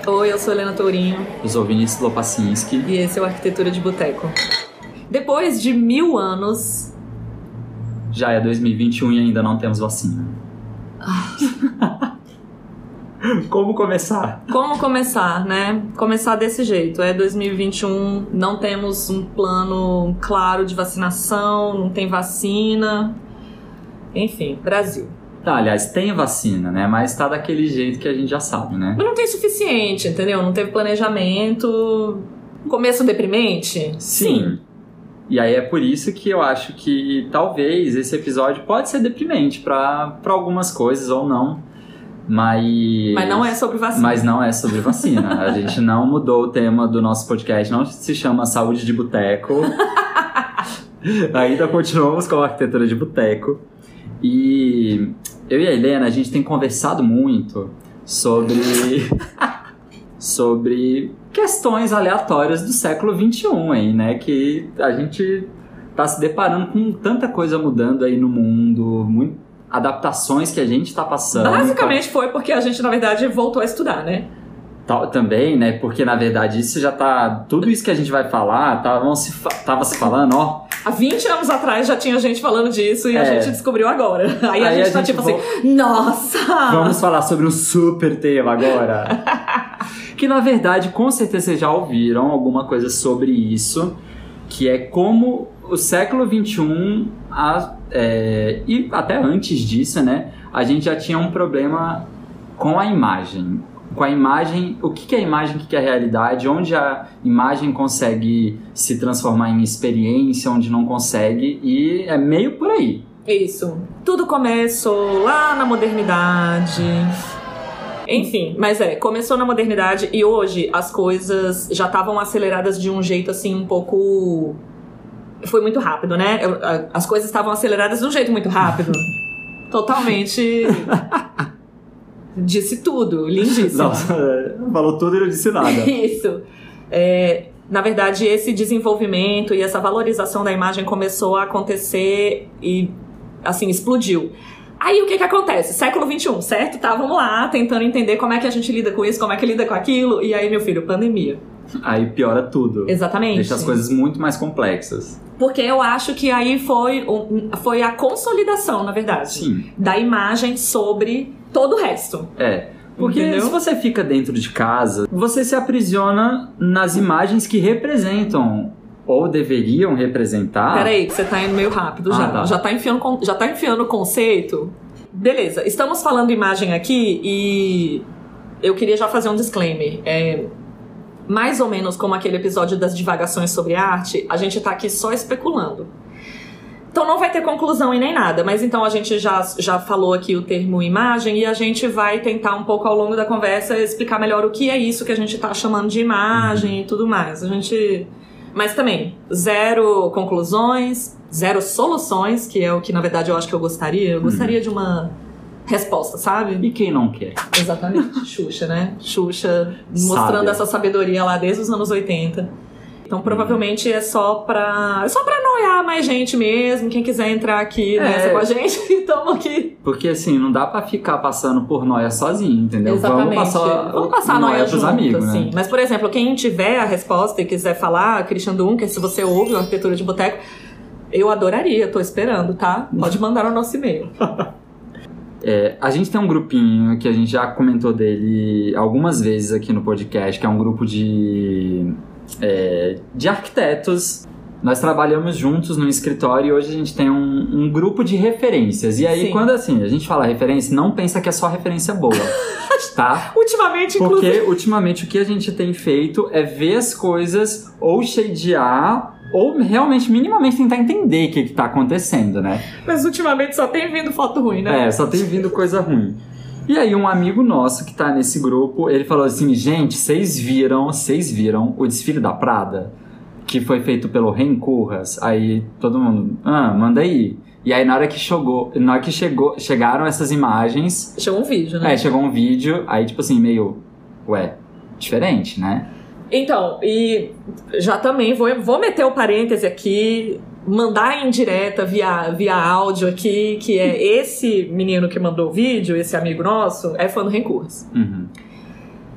Oi, eu sou Helena Tourinho. Eu sou Vinícius Lopacinski. E esse é o Arquitetura de Boteco. Depois de 1000 anos... Já é 2021 e ainda não temos vacina. Como começar? Como começar, né? Começar desse jeito. É 2021, não temos um plano claro de vacinação, não tem vacina. Enfim, Brasil. Tá, aliás, tem vacina, né? Mas tá daquele jeito que a gente já sabe, né? Mas não tem suficiente, entendeu? Não teve planejamento. Começo deprimente? Sim. E aí é por isso que eu acho que talvez esse episódio pode ser deprimente pra algumas coisas ou não. Mas não é sobre vacina. Mas não é sobre vacina. A gente não mudou o tema do nosso podcast, não se chama Saúde de Boteco. Ainda continuamos com a Arquitetura de Boteco. E eu e a Helena, a gente tem conversado muito sobre questões aleatórias do século XXI aí, né? Que a gente tá se deparando com tanta coisa mudando aí no mundo, adaptações que a gente tá passando. Basicamente foi porque a gente, na verdade, voltou a estudar, né? Também, né? Porque, na verdade, isso já tá... Tudo isso que a gente vai falar, tava se falando, ó... Há 20 anos atrás já tinha gente falando disso e a gente descobriu agora. Aí a gente tá tipo assim, nossa! Vamos falar sobre um super tema agora. Que, na verdade, com certeza vocês já ouviram alguma coisa sobre isso, que é como o século XXI, e até antes disso, né? A gente já tinha um problema com a imagem. Com a imagem, o que é a imagem, o que é a realidade, onde a imagem consegue se transformar em experiência, onde não consegue, e é meio por aí. Isso. Tudo começou lá na modernidade. Enfim, mas começou na modernidade e hoje as coisas já estavam aceleradas de um jeito assim um pouco... Foi muito rápido, né? As coisas estavam aceleradas de um jeito muito rápido. Totalmente... Disse tudo, lindíssimo. Nossa, falou tudo e não disse nada. Isso. Na verdade, esse desenvolvimento e essa valorização da imagem começou a acontecer e, assim, explodiu. Aí, o que acontece? Século XXI, certo? Tá, vamos lá, tentando entender como é que a gente lida com isso, como é que lida com aquilo. E aí, meu filho, pandemia. Aí piora tudo. Exatamente. Deixa as coisas muito mais complexas. Porque eu acho que aí foi a consolidação, na verdade, sim, da imagem sobre todo o resto. Porque entendeu? Se você fica dentro de casa, você se aprisiona nas imagens que representam ou deveriam representar. Peraí, que você tá indo meio rápido já. Tá. Já tá enfiando o conceito. Beleza, estamos falando imagem aqui e eu queria já fazer um disclaimer. Mais ou menos como aquele episódio das divagações sobre arte, a gente tá aqui só especulando. Então não vai ter conclusão e nem nada, mas então a gente já falou aqui o termo imagem e a gente vai tentar um pouco ao longo da conversa explicar melhor o que é isso que a gente tá chamando de imagem e tudo mais. Mas também, 0 conclusões, 0 soluções, que é o que na verdade eu acho que eu gostaria. Eu gostaria de uma resposta, sabe? E quem não quer? Exatamente, Xuxa, né? Xuxa mostrando essa sabedoria lá desde os anos 80. Então, provavelmente é só pra noiar mais gente mesmo. Quem quiser entrar aqui nessa com a gente, tamo aqui. Porque, assim, não dá pra ficar passando por noia sozinho, entendeu? Exatamente. Vamos passar noia pros junto, amigos, assim. né? Mas, por exemplo, quem tiver a resposta e quiser falar, Christian Dunker, se você ouve o Arquitetura de Boteco, eu adoraria, tô esperando, tá? Pode mandar no nosso e-mail. A gente tem um grupinho que a gente já comentou dele algumas vezes aqui no podcast, que é um grupo de arquitetos. Nós trabalhamos juntos no escritório e hoje a gente tem um grupo de referências. E aí, quando assim, a gente fala referência, não pensa que é só referência boa, tá? Ultimamente, porque inclusive. Ultimamente o que a gente tem feito é ver as coisas ou shadear ou realmente, minimamente, tentar entender o que tá acontecendo, né? Mas ultimamente só tem vindo foto ruim, né? Só tem vindo coisa ruim. E aí um amigo nosso que tá nesse grupo, ele falou assim, gente, vocês viram o desfile da Prada? Que foi feito pelo Ren Koolhaas. Aí todo mundo, manda aí. E aí na hora que chegaram essas imagens... Chegou um vídeo, né? Chegou um vídeo, aí tipo assim, meio, diferente, né? Então, e já também vou meter o parêntese aqui, mandar em direta via áudio aqui, que é esse menino que mandou o vídeo, esse amigo nosso, é fã do Ren Koolhaas. Uhum.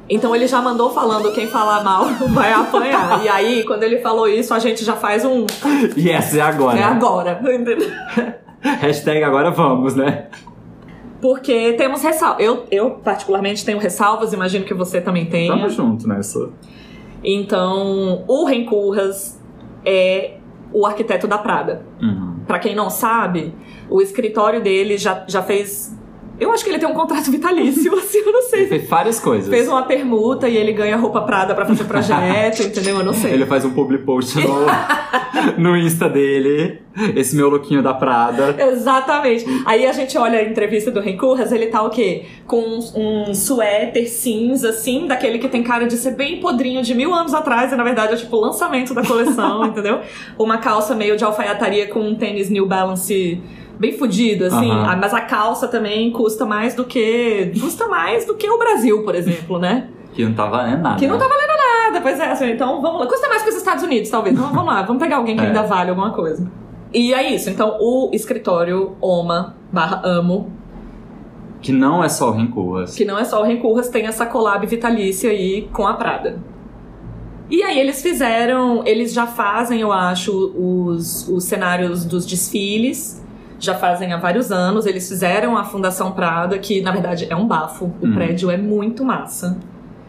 Então ele já mandou falando, quem falar mal vai apanhar. E aí, quando ele falou isso, a gente já faz um... Yes, é agora. É agora, entendeu? Hashtag agora vamos, né? Porque temos ressalvas. Eu particularmente tenho ressalvas, imagino que você também tenha. Tamo junto nessa. Então, o Rencurras é o arquiteto da Prada. Pra quem não sabe, o escritório dele já fez... Eu acho que ele tem um contrato vitalício, assim, eu não sei. Ele fez várias coisas. Fez uma permuta e ele ganha roupa Prada pra fazer projeto, entendeu? Eu não sei. Ele faz um public post no Insta dele. Esse meu lookinho da Prada. Exatamente. Aí a gente olha a entrevista do Rencurras, ele tá o quê? Com um suéter cinza, assim, daquele que tem cara de ser bem podrinho de 1000 anos atrás, e na verdade é tipo o lançamento da coleção, entendeu? Uma calça meio de alfaiataria com um tênis New Balance... bem fudido, assim. Mas a calça também custa mais do que o Brasil, por exemplo, né? Que não tá valendo nada. Que não tá valendo nada, pois é. Assim, então, vamos lá. Custa mais que os Estados Unidos, talvez. Então, vamos lá. Vamos pegar alguém que ainda vale alguma coisa. E é isso. Então, o escritório OMA/AMO... que não é só o Rencurras. Que não é só o Rencurras, tem essa collab vitalícia aí com a Prada. E aí eles já fazem, eu acho, os cenários dos desfiles... Já fazem há vários anos. Eles fizeram a Fundação Prada, que na verdade é um bafo. O prédio é muito massa.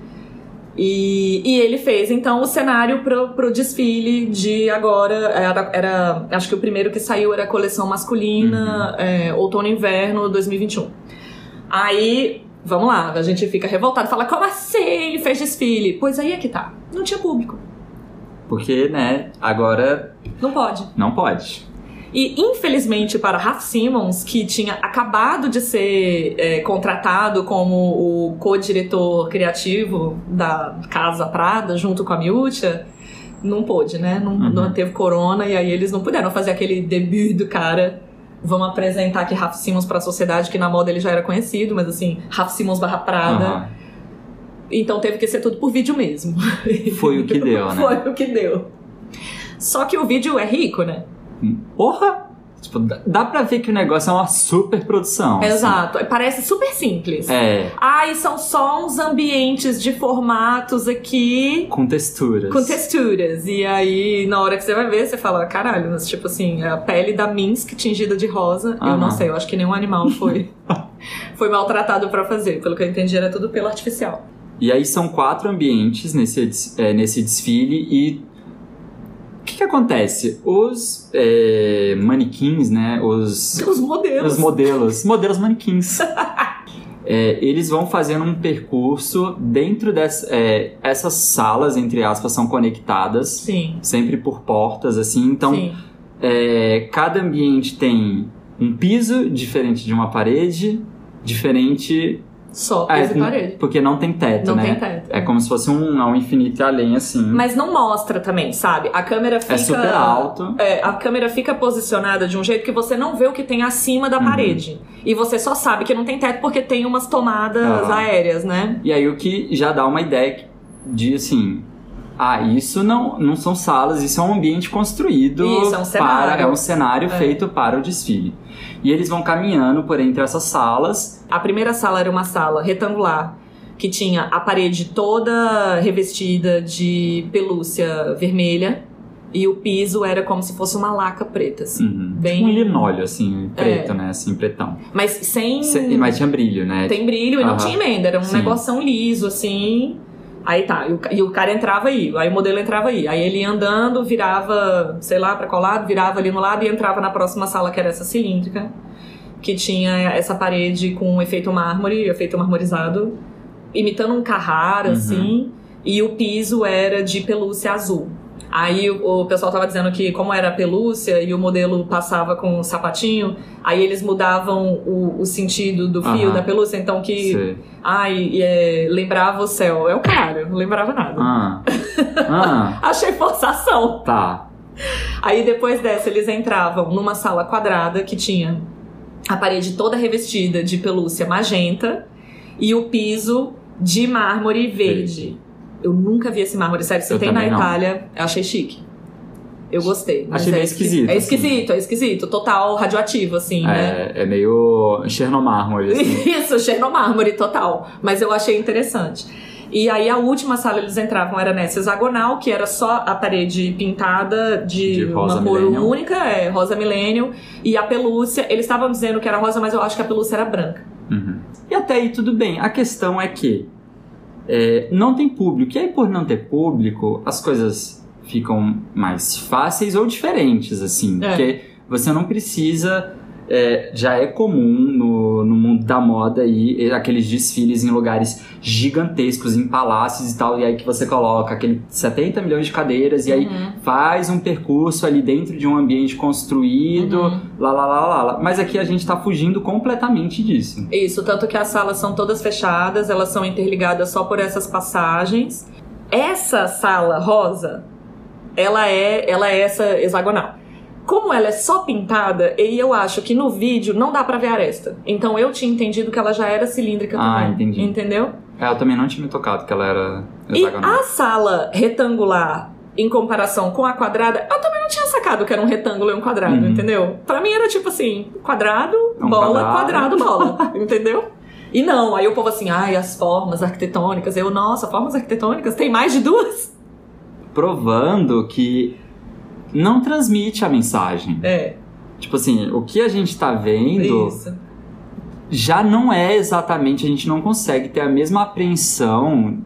E ele fez então o cenário pro desfile de agora. Acho que o primeiro que saiu era a coleção masculina, outono e inverno 2021. Aí, vamos lá, a gente fica revoltado, fala: como assim fez desfile? Pois aí é que tá. Não tinha público. Porque, né, agora. Não pode. Não pode. E, infelizmente, para Raf Simons, que tinha acabado de ser contratado como o co-diretor criativo da Casa Prada, junto com a Miúcha, não pôde, né? Não teve corona, e aí eles não puderam fazer aquele debut do cara. Vamos apresentar aqui Raf Simons para a sociedade, que na moda ele já era conhecido, mas assim, Raf Simons /Prada. Então teve que ser tudo por vídeo mesmo. Foi o que deu, né? Foi o que deu. Só que o vídeo é rico, né? Porra! Tipo, dá pra ver que o negócio é uma super produção. Exato. Assim. Parece super simples. E são só uns ambientes de formatos aqui... Com texturas. Com texturas. E aí, na hora que você vai ver, você fala: caralho, mas tipo assim, a pele da Minsk tingida de rosa. Eu não sei, eu acho que nenhum animal foi maltratado pra fazer. Pelo que eu entendi, era tudo pelo artificial. E aí são 4 ambientes nesse desfile e... O que acontece? Os manequins, né? Os modelos manequins. Eles vão fazendo um percurso dentro essas salas, entre aspas, são conectadas. Sim. Sempre por portas, assim. Então, cada ambiente tem um piso diferente de uma parede, diferente... Só piso e parede. Porque não tem teto, né? Não tem teto. É como se fosse um infinito e além, assim. Mas não mostra também, sabe? A câmera fica... É super alto. A câmera fica posicionada de um jeito que você não vê o que tem acima da parede. E você só sabe que não tem teto porque tem umas tomadas aéreas, né? E aí o que já dá uma ideia de, assim... isso não são salas, isso é um ambiente construído. Isso, é um cenário. É um cenário feito para o desfile. E eles vão caminhando por entre essas salas. A primeira sala era uma sala retangular, que tinha a parede toda revestida de pelúcia vermelha, e o piso era como se fosse uma laca preta, assim. Bem... Um linóleo, assim, preto, né? Assim, pretão. Mas Mas tinha brilho, né? Tem brilho e não tinha emenda, era um negoção liso, assim... Aí tá, e o cara entrava aí o modelo entrava aí. Aí ele ia andando, virava, sei lá, pra qual lado, virava ali no lado e entrava na próxima sala, que era essa cilíndrica, que tinha essa parede com efeito mármore, efeito marmorizado, imitando um Carrara, assim, e o piso era de pelúcia azul. Aí o pessoal tava dizendo que, como era pelúcia e o modelo passava com um sapatinho, aí eles mudavam o sentido do fio da pelúcia, então que... lembrava o céu. É o cara, não lembrava nada. Achei forçação. Tá. Aí depois dessa, eles entravam numa sala quadrada que tinha a parede toda revestida de pelúcia magenta e o piso de mármore verde. Eu nunca vi esse mármore, sério, você tem na Itália, eu achei chique. Eu gostei. Achei bem esquisito. É esquisito, total radioativo, assim, né? É meio Chernomármore, assim. Isso, Chernomármore, total. Mas eu achei interessante. E aí a última sala eles entravam era nessa hexagonal, que era só a parede pintada de uma cor única, rosa milênio, e a pelúcia, eles estavam dizendo que era rosa, mas eu acho que a pelúcia era branca. E até aí tudo bem. A questão é que não tem público, e aí por não ter público, as coisas ficam mais fáceis ou diferentes, assim, porque você não precisa... já é comum no mundo da moda aí, aqueles desfiles em lugares gigantescos, em palácios e tal, e aí que você coloca aquele 70 milhões de cadeiras e aí faz um percurso ali dentro de um ambiente construído, mas aqui a gente tá fugindo completamente disso. Isso, tanto que as salas são todas fechadas, elas são interligadas só por essas passagens. Essa sala rosa, ela é essa hexagonal. Como ela é só pintada, e eu acho que no vídeo não dá pra ver a aresta. Então eu tinha entendido que ela já era cilíndrica também. Entendi. Entendeu? Eu também não tinha me tocado que ela era hexagonal. E a sala retangular, em comparação com a quadrada, eu também não tinha sacado que era um retângulo e um quadrado, entendeu? Pra mim era tipo assim, quadrado, bola, quadrado, bola. Entendeu? E não, aí o povo assim, as formas arquitetônicas. Nossa, formas arquitetônicas? Tem mais de duas? Provando que não transmite a mensagem. Tipo assim, o que a gente tá vendo já não é exatamente, a gente não consegue ter a mesma apreensão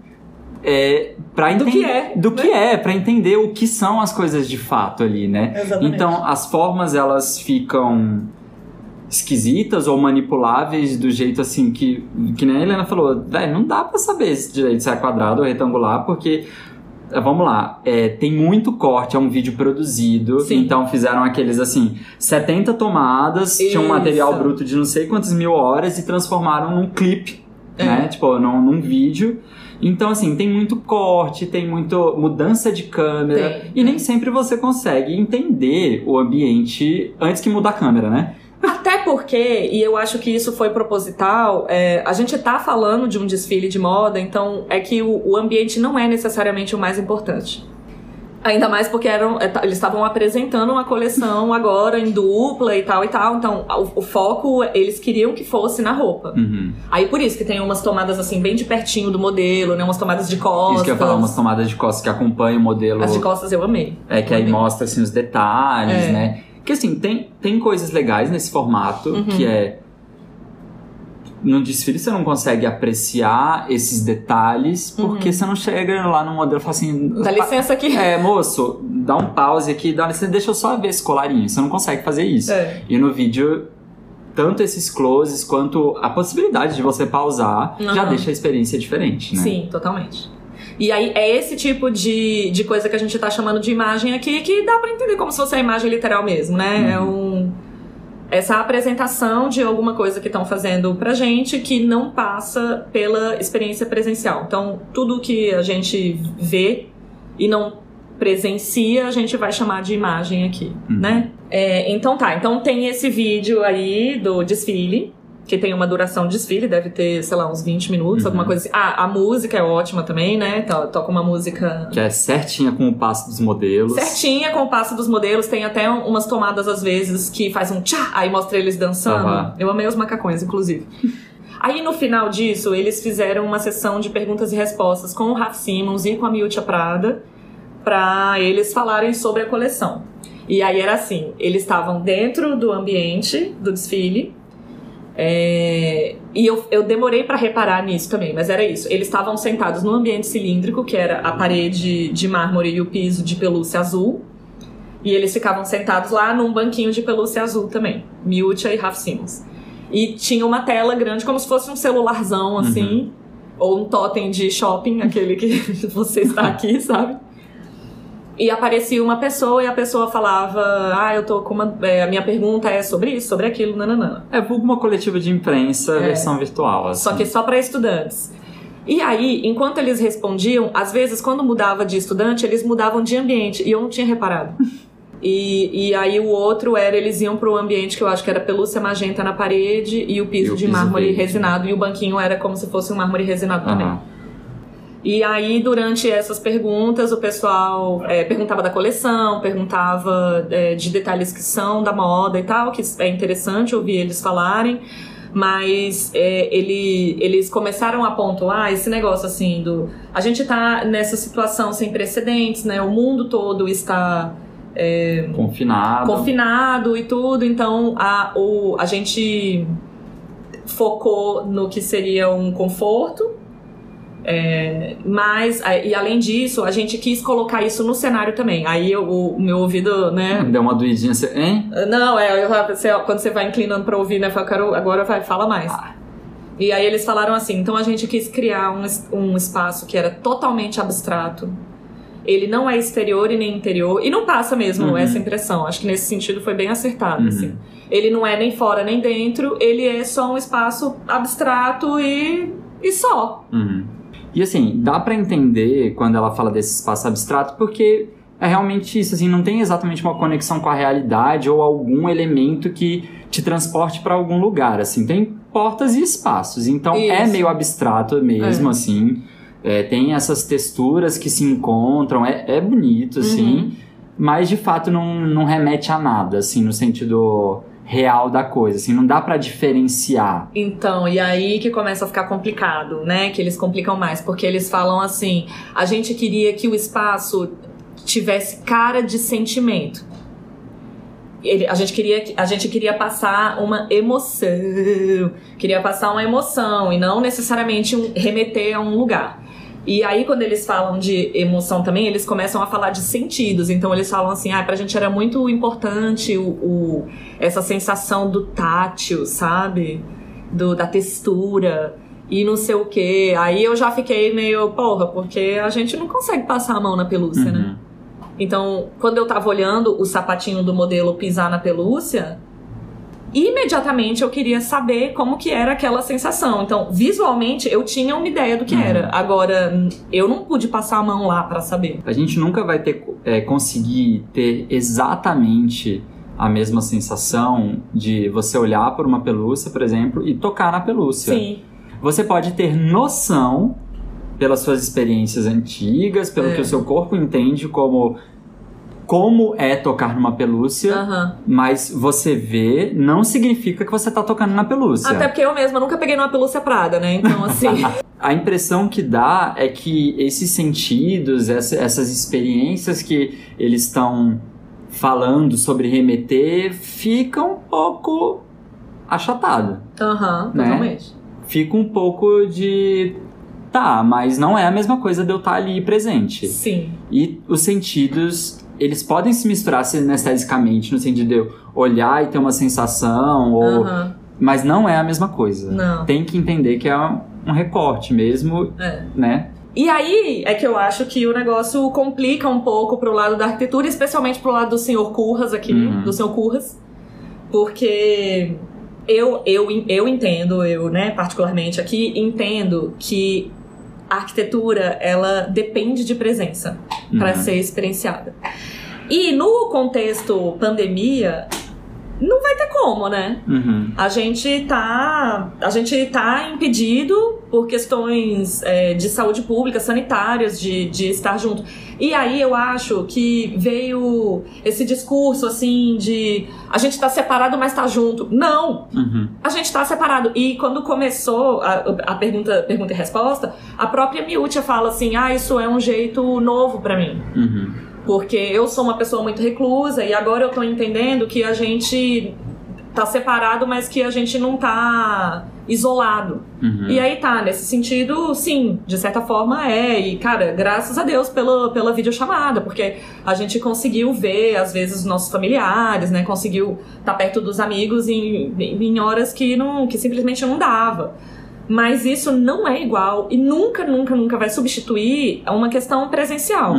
pra pra entender o que são as coisas de fato ali, né? Exatamente. Então, as formas, elas ficam esquisitas ou manipuláveis do jeito assim que nem a Helena falou, não dá pra saber direito se é quadrado ou retangular, porque... Vamos lá, tem muito corte, é um vídeo produzido, então fizeram aqueles assim, 70 tomadas, tinha um material bruto de não sei quantas mil horas e transformaram num clipe, né, tipo, num vídeo. Então assim, tem muito corte, tem muito mudança de câmera e nem sempre você consegue entender o ambiente antes que muda a câmera, né? Até porque, e eu acho que isso foi proposital, a gente tá falando de um desfile de moda, então é que o ambiente não é necessariamente o mais importante. Ainda mais porque eles estavam apresentando uma coleção agora em dupla e tal, então o foco eles queriam que fosse na roupa. Aí por isso que tem umas tomadas assim bem de pertinho do modelo, né, umas tomadas de costas. Isso que eu ia falar, umas tomadas de costas que acompanham o modelo. As de costas eu amei. Que aí mostra assim os detalhes, né? Porque assim, tem coisas legais nesse formato, que no desfile você não consegue apreciar esses detalhes, porque você não chega lá no modelo e fala assim... Dá licença aqui. Moço, dá um pause aqui, dá licença, deixa eu só ver esse colarinho. Você não consegue fazer isso. E no vídeo, tanto esses closes quanto a possibilidade de você pausar, já deixa a experiência diferente, né? Sim, totalmente. E aí é esse tipo de coisa que a gente tá chamando de imagem aqui, que dá pra entender como se fosse a imagem literal mesmo, né? Essa apresentação de alguma coisa que estão fazendo pra gente que não passa pela experiência presencial. Então, tudo que a gente vê e não presencia, a gente vai chamar de imagem aqui, né? Então tem esse vídeo aí do desfile, que tem uma duração de desfile, deve ter, sei lá, uns 20 minutos, alguma coisa assim. A música é ótima também, né? Toca uma música... Que é certinha com o passo dos modelos. Certinha com o passo dos modelos. Tem até umas tomadas, às vezes, que faz um tchá, aí mostra eles dançando. Eu amei os macacões, inclusive. Aí, no final disso, eles fizeram uma sessão de perguntas e respostas com o Raf Simons e com a Miúcha Prada, pra eles falarem sobre a coleção. E aí era assim, eles estavam dentro do ambiente do desfile... E eu demorei pra reparar nisso também, mas era isso. Eles estavam sentados num ambiente cilíndrico, que era a parede de mármore e o piso de pelúcia azul. E eles ficavam sentados lá num banquinho de pelúcia azul também, Miúcha e Raf Simons. E tinha uma tela grande, como se fosse um celularzão, assim, ou um totem de shopping, aquele que você está aqui, sabe? E aparecia uma pessoa e a pessoa falava, eu tô com uma... a minha pergunta é sobre isso, sobre aquilo, nananã. Vulgo uma coletiva de imprensa, versão virtual, assim. Só que só para estudantes. E aí, enquanto eles respondiam, às vezes, quando mudava de estudante, eles mudavam de ambiente, e eu não tinha reparado. E aí o outro eles iam pro ambiente que eu acho que era pelúcia magenta na parede e o piso de mármore verde, resinado, e o banquinho era como se fosse um mármore resinado também. E aí, durante essas perguntas, o pessoal perguntava da coleção, perguntava de detalhes que são da moda e tal, que é interessante ouvir eles falarem. Mas eles começaram a pontuar esse negócio assim a gente tá nessa situação sem precedentes, né? O mundo todo está confinado e tudo, então a gente focou no que seria um conforto, mas, e além disso, a gente quis colocar isso no cenário também. Aí o meu ouvido, né? Deu uma doidinha assim, hein? Não, quando você vai inclinando pra ouvir, né? Agora fala mais. E aí eles falaram assim, então a gente quis criar um espaço que era totalmente abstrato. Ele não é exterior e nem interior. E não passa mesmo essa impressão. Acho que nesse sentido foi bem acertado, assim. Ele não é nem fora nem dentro. Ele é só um espaço abstrato e só. E assim, dá pra entender quando ela fala desse espaço abstrato, porque é realmente isso, assim, não tem exatamente uma conexão com a realidade ou algum elemento que te transporte pra algum lugar, assim. Tem portas e espaços. Então é meio abstrato mesmo, assim. Tem essas texturas que se encontram, é bonito, assim, mas de fato não remete a nada, assim, no sentido real da coisa, assim, não dá pra diferenciar. Então, e aí que começa a ficar complicado, né, que eles complicam mais, porque eles falam assim, a gente queria que o espaço tivesse cara de sentimento. A gente queria passar uma emoção, e não necessariamente remeter a um lugar. E aí, quando eles falam de emoção também, eles começam a falar de sentidos. Então, eles falam assim, pra gente era muito importante essa sensação do tátil, sabe? Da textura e não sei o quê. Aí eu já fiquei meio, porque a gente não consegue passar a mão na pelúcia, né? Então, quando eu tava olhando o sapatinho do modelo pisar na pelúcia, imediatamente eu queria saber como que era aquela sensação. Então, visualmente, eu tinha uma ideia do que era. Agora, eu não pude passar a mão lá pra saber. A gente nunca vai conseguir ter exatamente a mesma sensação de você olhar por uma pelúcia, por exemplo, e tocar na pelúcia. Sim. Você pode ter noção, pelas suas experiências antigas, pelo que o seu corpo entende como é tocar numa pelúcia, mas você vê, não significa que você tá tocando na pelúcia. Até porque eu mesma nunca peguei numa pelúcia Prada, né? Então, assim... A impressão que dá é que esses sentidos, essas experiências que eles estão falando sobre remeter, ficam um pouco achatado. Né? Totalmente. Fica um pouco de... Tá, mas não é a mesma coisa de eu estar ali presente. Sim. E os sentidos... Eles podem se misturar sinestesicamente, no sentido de eu olhar e ter uma sensação, mas não é a mesma coisa. Não. Tem que entender que é um recorte mesmo, né? E aí é que eu acho que o negócio complica um pouco pro lado da arquitetura, especialmente pro lado do Sr. Curras aqui, do Sr. Curras, porque eu entendo, né, particularmente aqui, entendo que a arquitetura, ela depende de presença para ser experienciada. E no contexto pandemia, não vai ter como, né? A gente tá impedido por questões de saúde pública, sanitárias, de estar junto. E aí eu acho que veio esse discurso, assim, de a gente tá separado, mas tá junto. Não! A gente tá separado. E quando começou a pergunta e resposta, a própria Miúcha fala assim, isso é um jeito novo pra mim. Porque eu sou uma pessoa muito reclusa e agora eu tô entendendo que a gente tá separado, mas que a gente não tá isolado. E aí nesse sentido, sim, de certa forma E, cara, graças a Deus pela videochamada, porque a gente conseguiu ver, às vezes, os nossos familiares, né? Conseguiu estar perto dos amigos em horas que simplesmente não dava. Mas isso não é igual e nunca vai substituir uma questão presencial.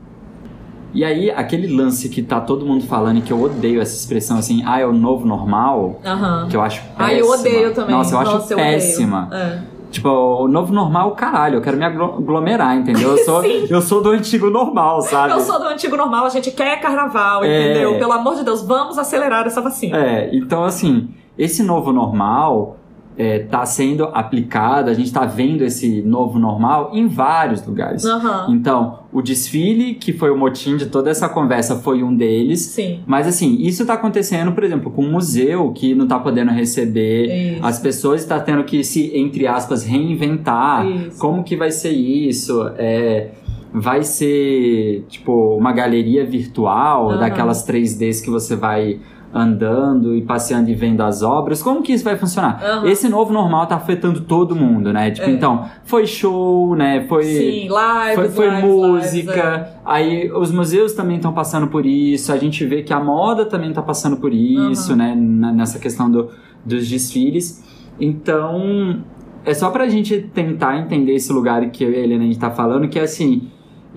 E aí, aquele lance que tá todo mundo falando e que eu odeio essa expressão assim, é o novo normal, que eu acho péssima. Eu odeio também. Nossa, eu acho péssima. Tipo, o novo normal, caralho, eu quero me aglomerar, entendeu? Eu sou do antigo normal, sabe? Eu sou do antigo normal, a gente quer carnaval, entendeu? Pelo amor de Deus, vamos acelerar essa vacina. Então assim, esse novo normal tá sendo aplicado, a gente tá vendo esse novo normal em vários lugares. Então, o desfile, que foi o motim de toda essa conversa, foi um deles. Sim. Mas assim, isso tá acontecendo, por exemplo, com o museu, que não tá podendo receber, as pessoas estão tendo que se, entre aspas, reinventar. Como que vai ser isso? Vai ser, tipo, uma galeria virtual, daquelas 3Ds que você vai andando e passeando e vendo as obras. Como que isso vai funcionar? Esse novo normal tá afetando todo mundo, né? Tipo, então, foi show, né? Sim, foi música. Aí os museus também estão passando por isso. A gente vê que a moda também tá passando por isso, né? Nessa questão dos desfiles. Então, é só pra gente tentar entender esse lugar que eu e a Helena a gente tá falando, que é assim...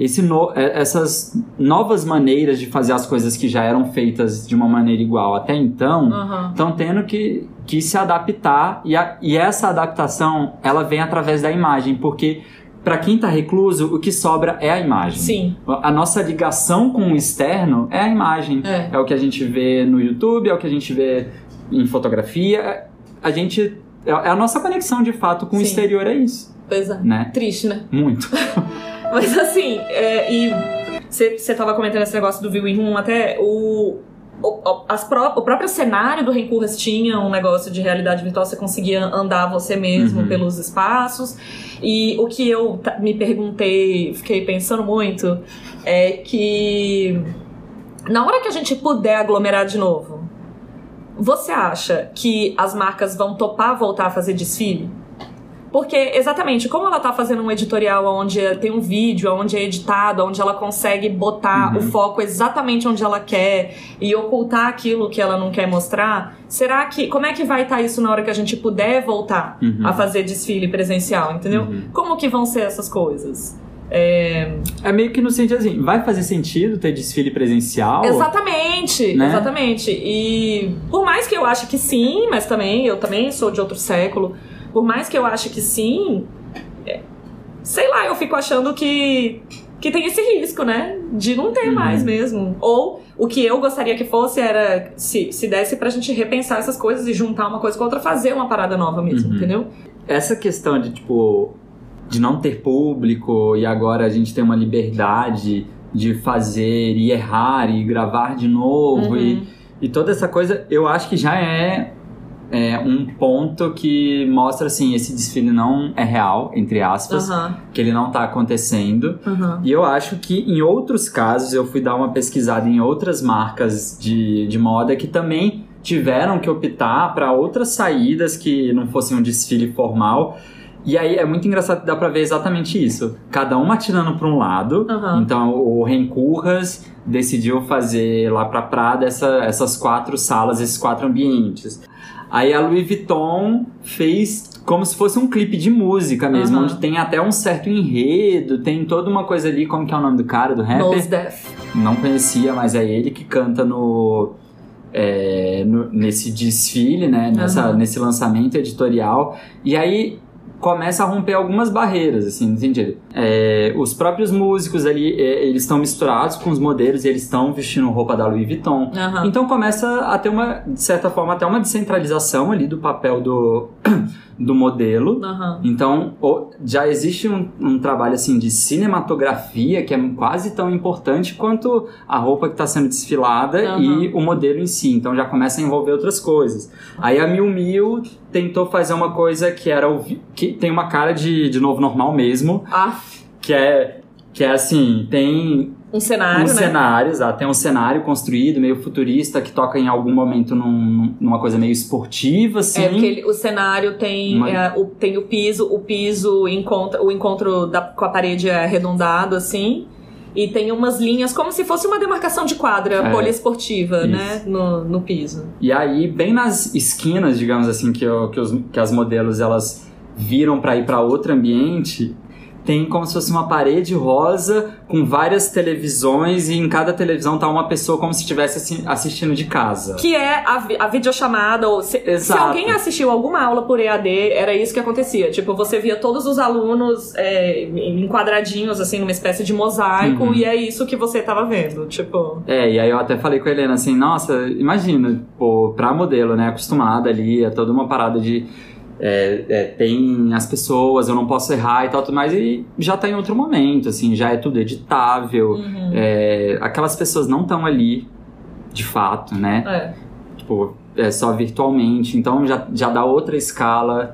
essas novas maneiras de fazer as coisas que já eram feitas de uma maneira igual até então, estão tendo que se adaptar, e essa adaptação, ela vem através da imagem, porque para quem tá recluso, o que sobra é a imagem. Sim. A nossa ligação com o externo é a imagem. É o que a gente vê no YouTube, é o que a gente vê em fotografia. É a nossa conexão, de fato, com o exterior, é isso. Pois é. Né? Triste, né? Muito. Mas assim, e você tava comentando esse negócio do viewing room, até o próprio cenário do Rencourras tinha um negócio de realidade virtual, você conseguia andar você mesmo pelos espaços. E o que eu me perguntei, fiquei pensando muito, é que na hora que a gente puder aglomerar de novo, você acha que as marcas vão topar voltar a fazer desfile? Porque, exatamente, como ela tá fazendo um editorial onde tem um vídeo, onde é editado, onde ela consegue botar o foco exatamente onde ela quer e ocultar aquilo que ela não quer mostrar, como é que vai estar isso na hora que a gente puder voltar a fazer desfile presencial, entendeu? Como que vão ser essas coisas? É meio que no sentido assim, vai fazer sentido ter desfile presencial? Exatamente, né? Exatamente. E por mais que eu ache que sim, mas eu também sou de outro século, por mais que eu ache que sim, sei lá, eu fico achando que tem esse risco, né? De não ter mais mesmo. Ou o que eu gostaria que fosse era, se desse pra gente repensar essas coisas e juntar uma coisa com outra, fazer uma parada nova mesmo, entendeu? Essa questão de, tipo, de não ter público e agora a gente tem uma liberdade de fazer e errar e gravar de novo e toda essa coisa, eu acho que já é um ponto que mostra assim, esse desfile não é real, entre aspas, que ele não tá acontecendo. E eu acho que em outros casos, eu fui dar uma pesquisada em outras marcas de moda que também tiveram que optar para outras saídas que não fossem um desfile formal. E aí é muito engraçado que dá pra ver exatamente isso. Cada um atirando pra um lado. Então o Rencourras decidiu fazer lá pra Prada essas 4 salas, esses 4 ambientes. Aí a Louis Vuitton fez como se fosse um clipe de música mesmo, onde tem até um certo enredo, tem toda uma coisa ali, como que é o nome do cara, do rapper? Mos Def. Não conhecia, mas é ele que canta nesse desfile, né? Nesse lançamento editorial. E aí começa a romper algumas barreiras, assim, no sentido. Os próprios músicos ali, eles estão misturados com os modelos e eles estão vestindo roupa da Louis Vuitton. Então começa a ter de certa forma, até uma descentralização ali do papel do modelo. Então, já existe um trabalho, assim, de cinematografia que é quase tão importante quanto a roupa que está sendo desfilada e o modelo em si. Então, já começa a envolver outras coisas. Aí a Miu Miu tentou fazer uma coisa que tem uma cara de novo normal mesmo. Que é assim, tem um cenário, cenário, exato. Tem um cenário construído, meio futurista, que toca em algum momento numa coisa meio esportiva, assim. Porque o cenário tem, tem o piso o encontro com a parede é arredondado, assim. E tem umas linhas, como se fosse uma demarcação de quadra poliesportiva, né? No piso. E aí, bem nas esquinas, digamos assim, que as modelos, elas viram pra ir pra outro ambiente, tem como se fosse uma parede rosa com várias televisões e em cada televisão tá uma pessoa como se estivesse assistindo de casa. Que é a videochamada, ou se alguém assistiu alguma aula por EAD, era isso que acontecia. Tipo, você via todos os alunos em quadradinhos, assim, numa espécie de mosaico, e é isso que você tava vendo, tipo... E aí eu até falei com a Helena assim, nossa, imagina, pô, pra modelo, né, acostumada ali, é toda uma parada de tem as pessoas, eu não posso errar e tal, tudo mais, e já tá em outro momento, assim, já é tudo editável, aquelas pessoas não estão ali, de fato, né? Tipo, é só virtualmente, então já dá outra escala.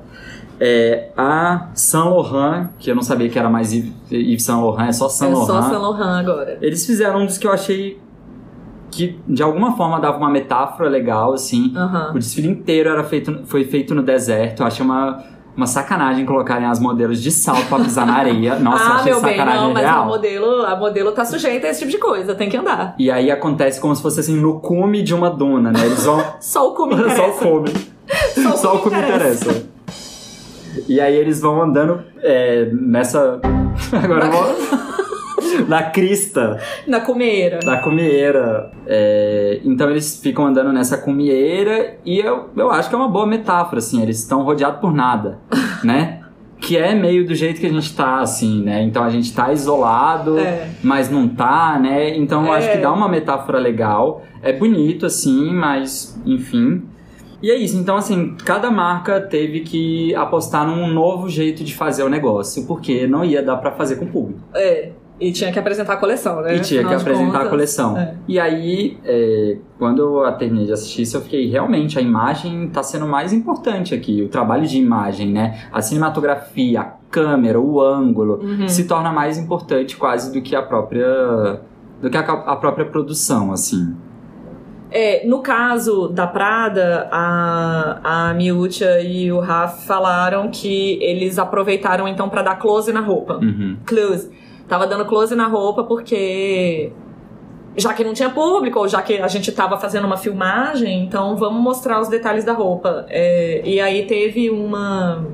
A Saint Laurent, que eu não sabia que era mais Yves Saint Laurent, é só Saint Laurent. É só Saint Laurent agora. Eles fizeram um dos que eu achei que de alguma forma dava uma metáfora legal, assim. O desfile inteiro foi feito no deserto. Eu achei uma sacanagem colocarem as modelos de salto pra pisar na areia. Nossa, achei meu sacanagem bem, não, mas real. a modelo tá sujeita a esse tipo de coisa, tem que andar. E aí acontece como se fosse assim, no cume de uma duna, né? Eles vão... Só o cume interessa. Só o cume. Só o cume interessa. E aí eles vão andando nessa... Agora eu vou... Na crista. Na cumieira. Na cumieira. Então eles ficam andando nessa cumieira e eu acho que é uma boa metáfora, assim. Eles estão rodeados por nada, né? Que é meio do jeito que a gente tá, assim, né? Então a gente tá isolado, mas não tá, né? Então eu acho que dá uma metáfora legal. É bonito, assim, mas enfim... E é isso, então assim, cada marca teve que apostar num novo jeito de fazer o negócio, porque não ia dar pra fazer com o público. E tinha que apresentar a coleção, né? E tinha que apresentar a coleção. E aí, quando eu terminei de assistir isso, eu fiquei, realmente, a imagem tá sendo mais importante aqui, o trabalho de imagem, né? A cinematografia, a câmera, o ângulo, se torna mais importante quase do que a própria produção, assim. No caso da Prada, a Miúcha e o Raf falaram que eles aproveitaram então pra dar close na roupa. Close. Tava dando close na roupa porque já que não tinha público, ou já que a gente tava fazendo uma filmagem, então vamos mostrar os detalhes da roupa. E aí teve uma...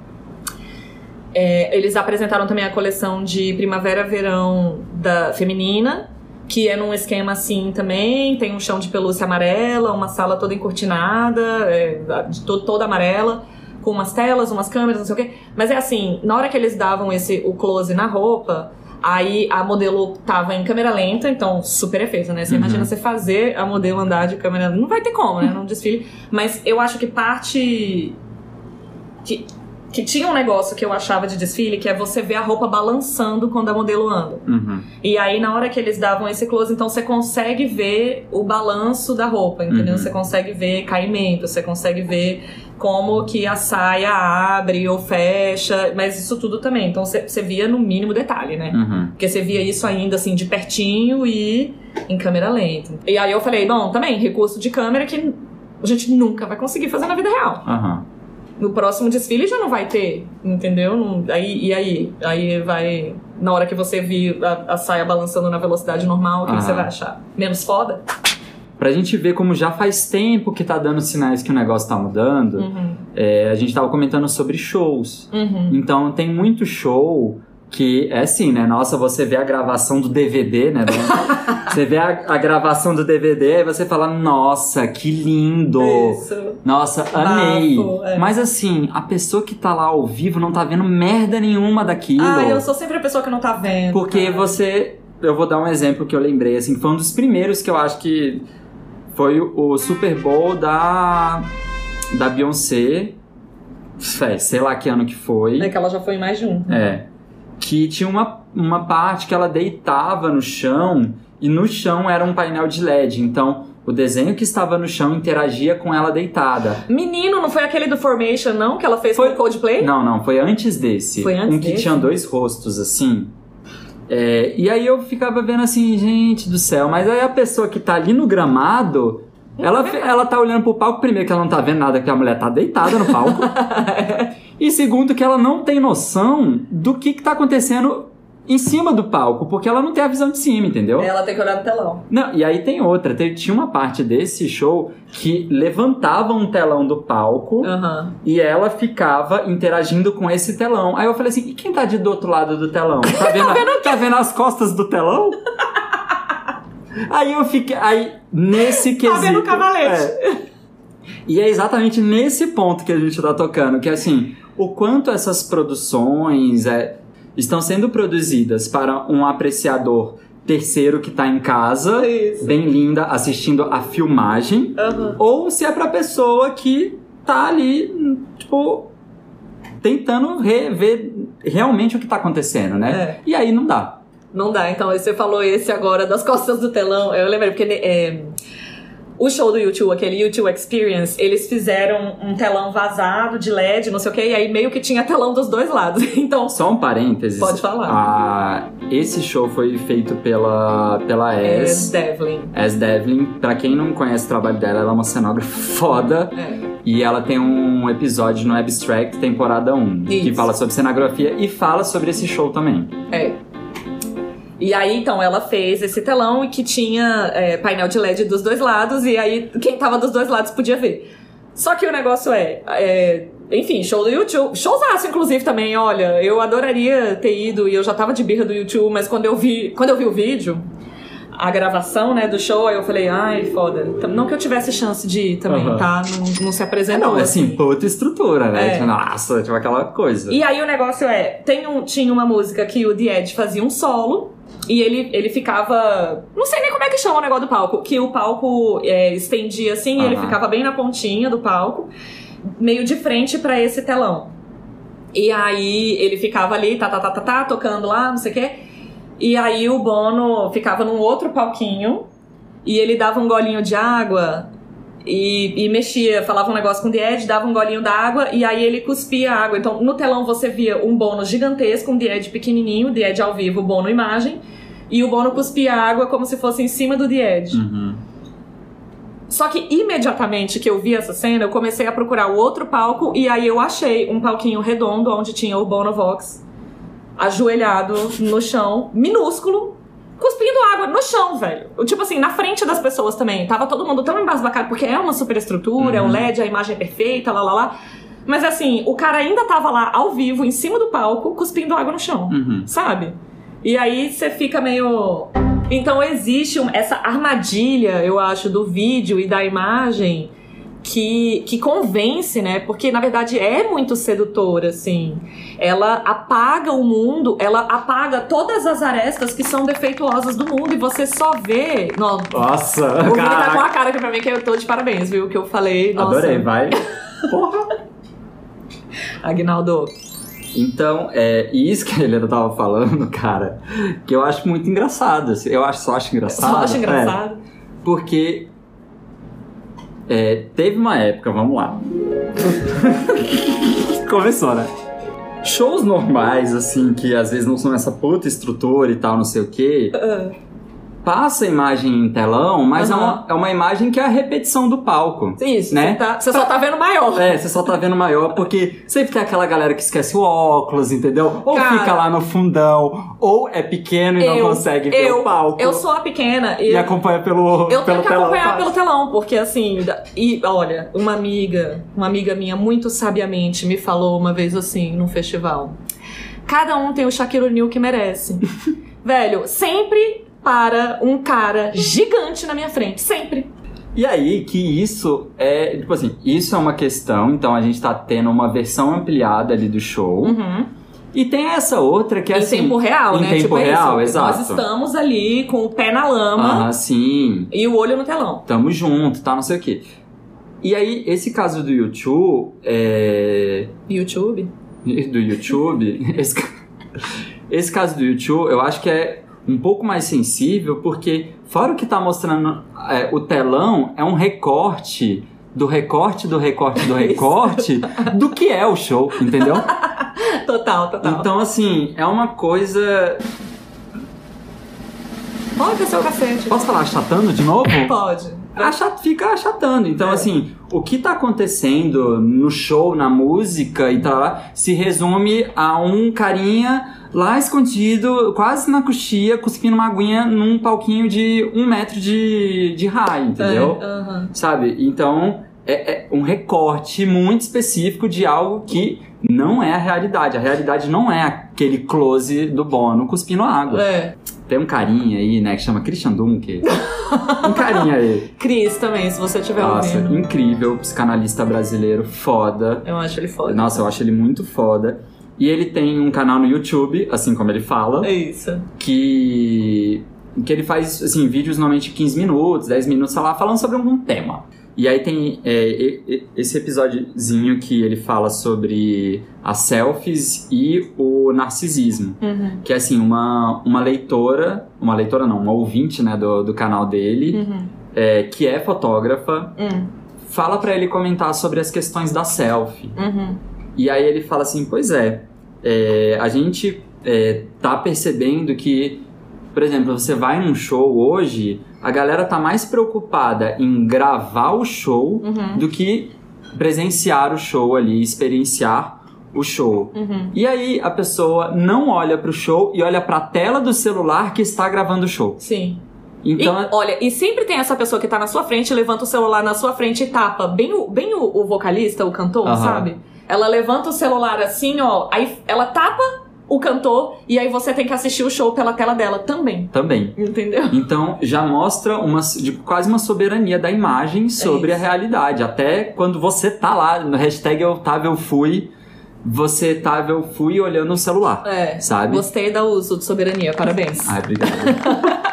eles apresentaram também a coleção de primavera-verão feminina, que é num esquema assim também, tem um chão de pelúcia amarela, uma sala toda encortinada, toda amarela, com umas telas, umas câmeras, não sei o quê. Mas é assim, na hora que eles davam o close na roupa, aí a modelo tava em câmera lenta, então super efeito, né? Você imagina você fazer a modelo andar de câmera... Não vai ter como, né? Num desfile. Mas eu acho que parte... Que tinha um negócio que eu achava de desfile, que é você ver a roupa balançando quando a modelo anda. E aí, na hora que eles davam esse close, então você consegue ver o balanço da roupa, entendeu? Você consegue ver caimento, você consegue ver como que a saia abre ou fecha, mas isso tudo também. Então você via no mínimo detalhe, né? Porque você via isso ainda, assim, de pertinho e em câmera lenta. E aí eu falei, bom, também, recurso de câmera que a gente nunca vai conseguir fazer na vida real. No próximo desfile já não vai ter, entendeu? Aí vai... Na hora que você vir a saia balançando na velocidade normal, o que você vai achar? Menos foda? Pra gente ver como já faz tempo que tá dando sinais que o negócio tá mudando, a gente tava comentando sobre shows. Então tem muito show que é assim, né? Nossa, você vê a gravação do DVD, né? Você vê a gravação do DVD e você fala, nossa, que lindo! Isso. Nossa, amei! Mas assim, a pessoa que tá lá ao vivo não tá vendo merda nenhuma daquilo. Eu sou sempre a pessoa que não tá vendo. Porque eu vou dar um exemplo que eu lembrei, assim, foi um dos primeiros que eu acho que foi o Super Bowl da Beyoncé, sei lá que ano que foi. É que ela já foi em mais de um. Que tinha uma parte que ela deitava no chão e no chão era um painel de LED, então o desenho que estava no chão interagia com ela deitada. Menino, não foi aquele do Formation, não? Que ela fez com o Coldplay? Não, foi antes desse. Foi antes que tinha dois rostos, assim. E aí eu ficava vendo assim, gente do céu, mas aí a pessoa que tá ali no gramado, ela tá olhando pro palco, primeiro que ela não tá vendo nada, que a mulher tá deitada no palco. E segundo que ela não tem noção do que tá acontecendo em cima do palco, porque ela não tem a visão de cima, entendeu? Ela tem que olhar no telão. Não, e aí tem outra, tinha uma parte desse show que levantava um telão do palco e ela ficava interagindo com esse telão. Aí eu falei assim, e quem tá do outro lado do telão? Tá vendo as costas do telão? Aí eu fiquei, nesse quesito... Tá vendo o cavalete? E é exatamente nesse ponto que a gente tá tocando, que é assim, o quanto essas produções estão sendo produzidas para um apreciador terceiro que tá em casa, bem linda, assistindo a filmagem, ou se é pra pessoa que tá ali, tipo, tentando ver realmente o que tá acontecendo, né? E aí não dá. Não dá. Então, você falou esse agora das costas do telão. Eu lembrei, porque o show do U2, aquele U2 Experience, eles fizeram um telão vazado de LED, não sei o que, e aí meio que tinha telão dos dois lados. Então, só um parênteses. Pode falar. Esse show foi feito pela As Devlin. Pra quem não conhece o trabalho dela, ela é uma cenógrafa foda. E ela tem um episódio no Abstract, temporada 1, que fala sobre cenografia e fala sobre esse show também. E aí, então, ela fez esse telão que tinha painel de LED dos dois lados, e aí quem tava dos dois lados podia ver. Só que o negócio enfim, show do YouTube, showzaço inclusive também, olha, eu adoraria ter ido, e eu já tava de birra do YouTube, mas quando eu vi o vídeo, a gravação, né, do show, aí eu falei, ai, foda. Não que eu tivesse chance de ir também, tá? Não se apresentou. Não, assim, puta estrutura, né? Nossa, tipo aquela coisa. E aí o negócio tinha uma música que o The Edge fazia um solo, e ele ficava... Não sei nem como é que chama o negócio do palco. Que o palco estendia assim, e ele ficava bem na pontinha do palco, meio de frente pra esse telão. E aí ele ficava ali, tocando lá, não sei o quê. E aí o Bono ficava num outro palquinho, e ele dava um golinho de água e mexia, falava um negócio com o The Edge, dava um golinho da água, e aí ele cuspia a água. Então no telão você via um Bono gigantesco, um The Edge pequenininho, o The Edge ao vivo, o Bono imagem, e o Bono cuspia a água como se fosse em cima do The Edge. Só que imediatamente que eu vi essa cena, eu comecei a procurar o outro palco, e aí eu achei um palquinho redondo onde tinha o Bono Vox ajoelhado no chão, minúsculo, cuspindo água no chão, velho. Tipo assim, na frente das pessoas também. Tava todo mundo tão embasbacado, porque é uma superestrutura, é um LED, a imagem é perfeita, lá. Mas assim, o cara ainda tava lá ao vivo, em cima do palco, cuspindo água no chão, sabe? E aí você fica meio... Então existe essa armadilha, eu acho, do vídeo e da imagem que convence, né? Porque, na verdade, é muito sedutora, assim. Ela apaga o mundo, ela apaga todas as arestas que são defeituosas do mundo, e você só vê... Nossa! O Vini tá com a cara aqui pra mim, que eu tô de parabéns, viu? Que eu falei, nossa... Adorei, vai! Porra! Aguinaldo... Então, isso que ele tava falando, cara, que eu acho muito engraçado. Assim, só acho engraçado. Só acho engraçado. Porque teve uma época, vamos lá. Começou, né? Shows normais, assim, que às vezes não são essa puta estrutura e tal, não sei o quê. Passa a imagem em telão, mas é uma imagem que é a repetição do palco. Isso, né? Você só tá vendo maior. Você só tá vendo maior, porque sempre tem aquela galera que esquece o óculos, entendeu? Ou fica lá no fundão, ou é pequeno e não consegue ver o palco. Eu sou a pequena. E acompanha pelo telão. Eu tenho que acompanhar pelo telão, porque assim... E olha, uma amiga minha muito sabiamente me falou uma vez assim, num festival. Cada um tem o Shaquille O'Neal que merece. Velho, sempre... para um cara gigante na minha frente, sempre. E aí que isso tipo assim, isso é uma questão, então a gente tá tendo uma versão ampliada ali do show. E tem essa outra que é assim... Em tempo real, né? Em tempo real, exato. Nós estamos ali com o pé na lama. Sim. E o olho no telão. Tamo junto, tá, não sei o quê. E aí, esse caso do YouTube... YouTube? Do YouTube... esse caso do YouTube, eu acho que é um pouco mais sensível, porque fora o que tá mostrando o telão, é um recorte do recorte do recorte do recorte do que é o show, entendeu? Total. Então, assim, é uma coisa... Pode ser o cacete. Posso falar achatando de novo? Pode. Fica achatando. Então, assim, o que tá acontecendo no show, na música e tal, se resume a um carinha lá escondido, quase na coxia, cuspindo uma aguinha num palquinho de 1 metro de raio, entendeu? Sabe? Então, é um recorte muito específico de algo que não é a realidade. A realidade não é aquele close do Bono cuspindo água. Tem um carinha aí, né, que chama Christian Dunker. Um carinha aí. Cris também, se você tiver ouvindo. Nossa, incrível, psicanalista brasileiro, foda. Eu acho ele foda. Nossa, eu acho ele muito foda. E ele tem um canal no YouTube, assim como ele fala. É isso. Que ele faz, assim, vídeos normalmente 15 minutos, 10 minutos, sei lá, falando sobre algum tema. E aí tem esse episódiozinho que ele fala sobre as selfies e o narcisismo. Que é assim, uma ouvinte, né, do canal dele, que é fotógrafa, fala pra ele comentar sobre as questões da selfie. E aí ele fala assim, pois a gente tá percebendo que, por exemplo, você vai num show hoje, a galera tá mais preocupada em gravar o show do que presenciar o show ali, experienciar o show. E aí a pessoa não olha pro show e olha pra tela do celular que está gravando o show. Sim. Então, e sempre tem essa pessoa que tá na sua frente, levanta o celular na sua frente e tapa bem o vocalista, o cantor, sabe? Ela levanta o celular assim, ó, aí ela tapa o cantor, e aí você tem que assistir o show pela tela dela também. Entendeu? Então, já mostra quase uma soberania da imagem sobre a realidade. Até quando você tá lá, no hashtag eu fui olhando o celular, sabe? Gostei do uso de soberania, parabéns. Ai, obrigado.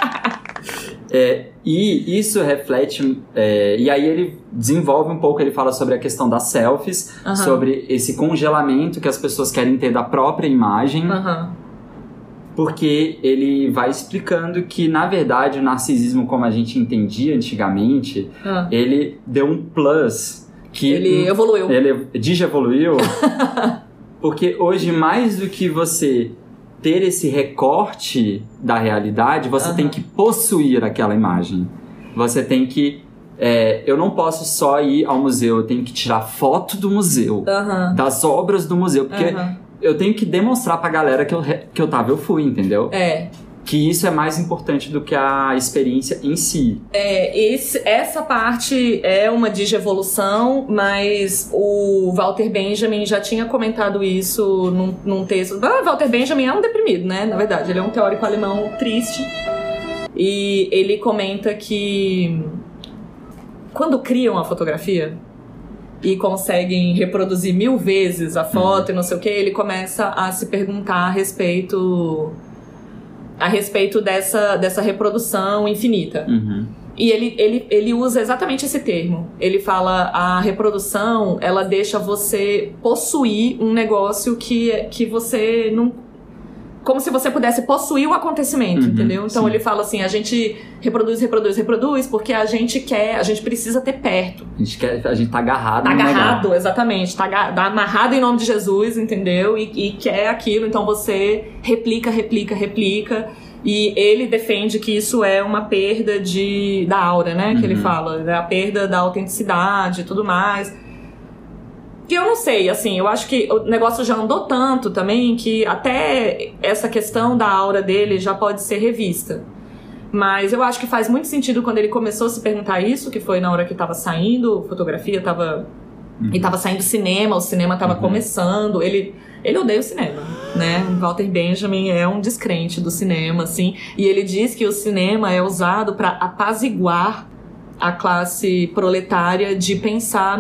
E isso reflete... e aí ele desenvolve um pouco, ele fala sobre a questão das selfies, sobre esse congelamento que as pessoas querem ter da própria imagem, porque ele vai explicando que, na verdade, o narcisismo, como a gente entendia antigamente, ele deu um plus, que ele evoluiu. Ele digievoluiu, porque hoje, mais do que você ter esse recorte da realidade, você tem que possuir aquela imagem. Você tem que... eu não posso só ir ao museu, eu tenho que tirar foto do museu, das obras do museu, porque eu tenho que demonstrar pra galera que eu fui, entendeu? Que isso é mais importante do que a experiência em si. Essa parte é uma digievolução, mas o Walter Benjamin já tinha comentado isso num texto. Walter Benjamin é um deprimido, né? Na verdade, ele é um teórico alemão triste. E ele comenta que quando criam a fotografia e conseguem reproduzir 1000 vezes a foto e não sei o que, ele começa a se perguntar a respeito dessa reprodução infinita. E ele usa exatamente esse termo. Ele fala, a reprodução, ela deixa você possuir um negócio que você não... Como se você pudesse possuir o acontecimento, entendeu? Então ele fala assim, a gente reproduz, porque a gente precisa ter perto. A gente tá agarrado. Tá agarrado, exatamente. Tá amarrado em nome de Jesus, entendeu? E quer aquilo, então você replica. E ele defende que isso é uma perda da aura, né? Que ele fala, é a perda da autenticidade e tudo mais. E eu não sei, assim, eu acho que o negócio já andou tanto também que até essa questão da aura dele já pode ser revista. Mas eu acho que faz muito sentido quando ele começou a se perguntar isso, que foi na hora que tava saindo fotografia, e tava saindo cinema, o cinema tava começando, ele odeia o cinema, né? Walter Benjamin é um descrente do cinema, assim, e ele diz que o cinema é usado para apaziguar a classe proletária de pensar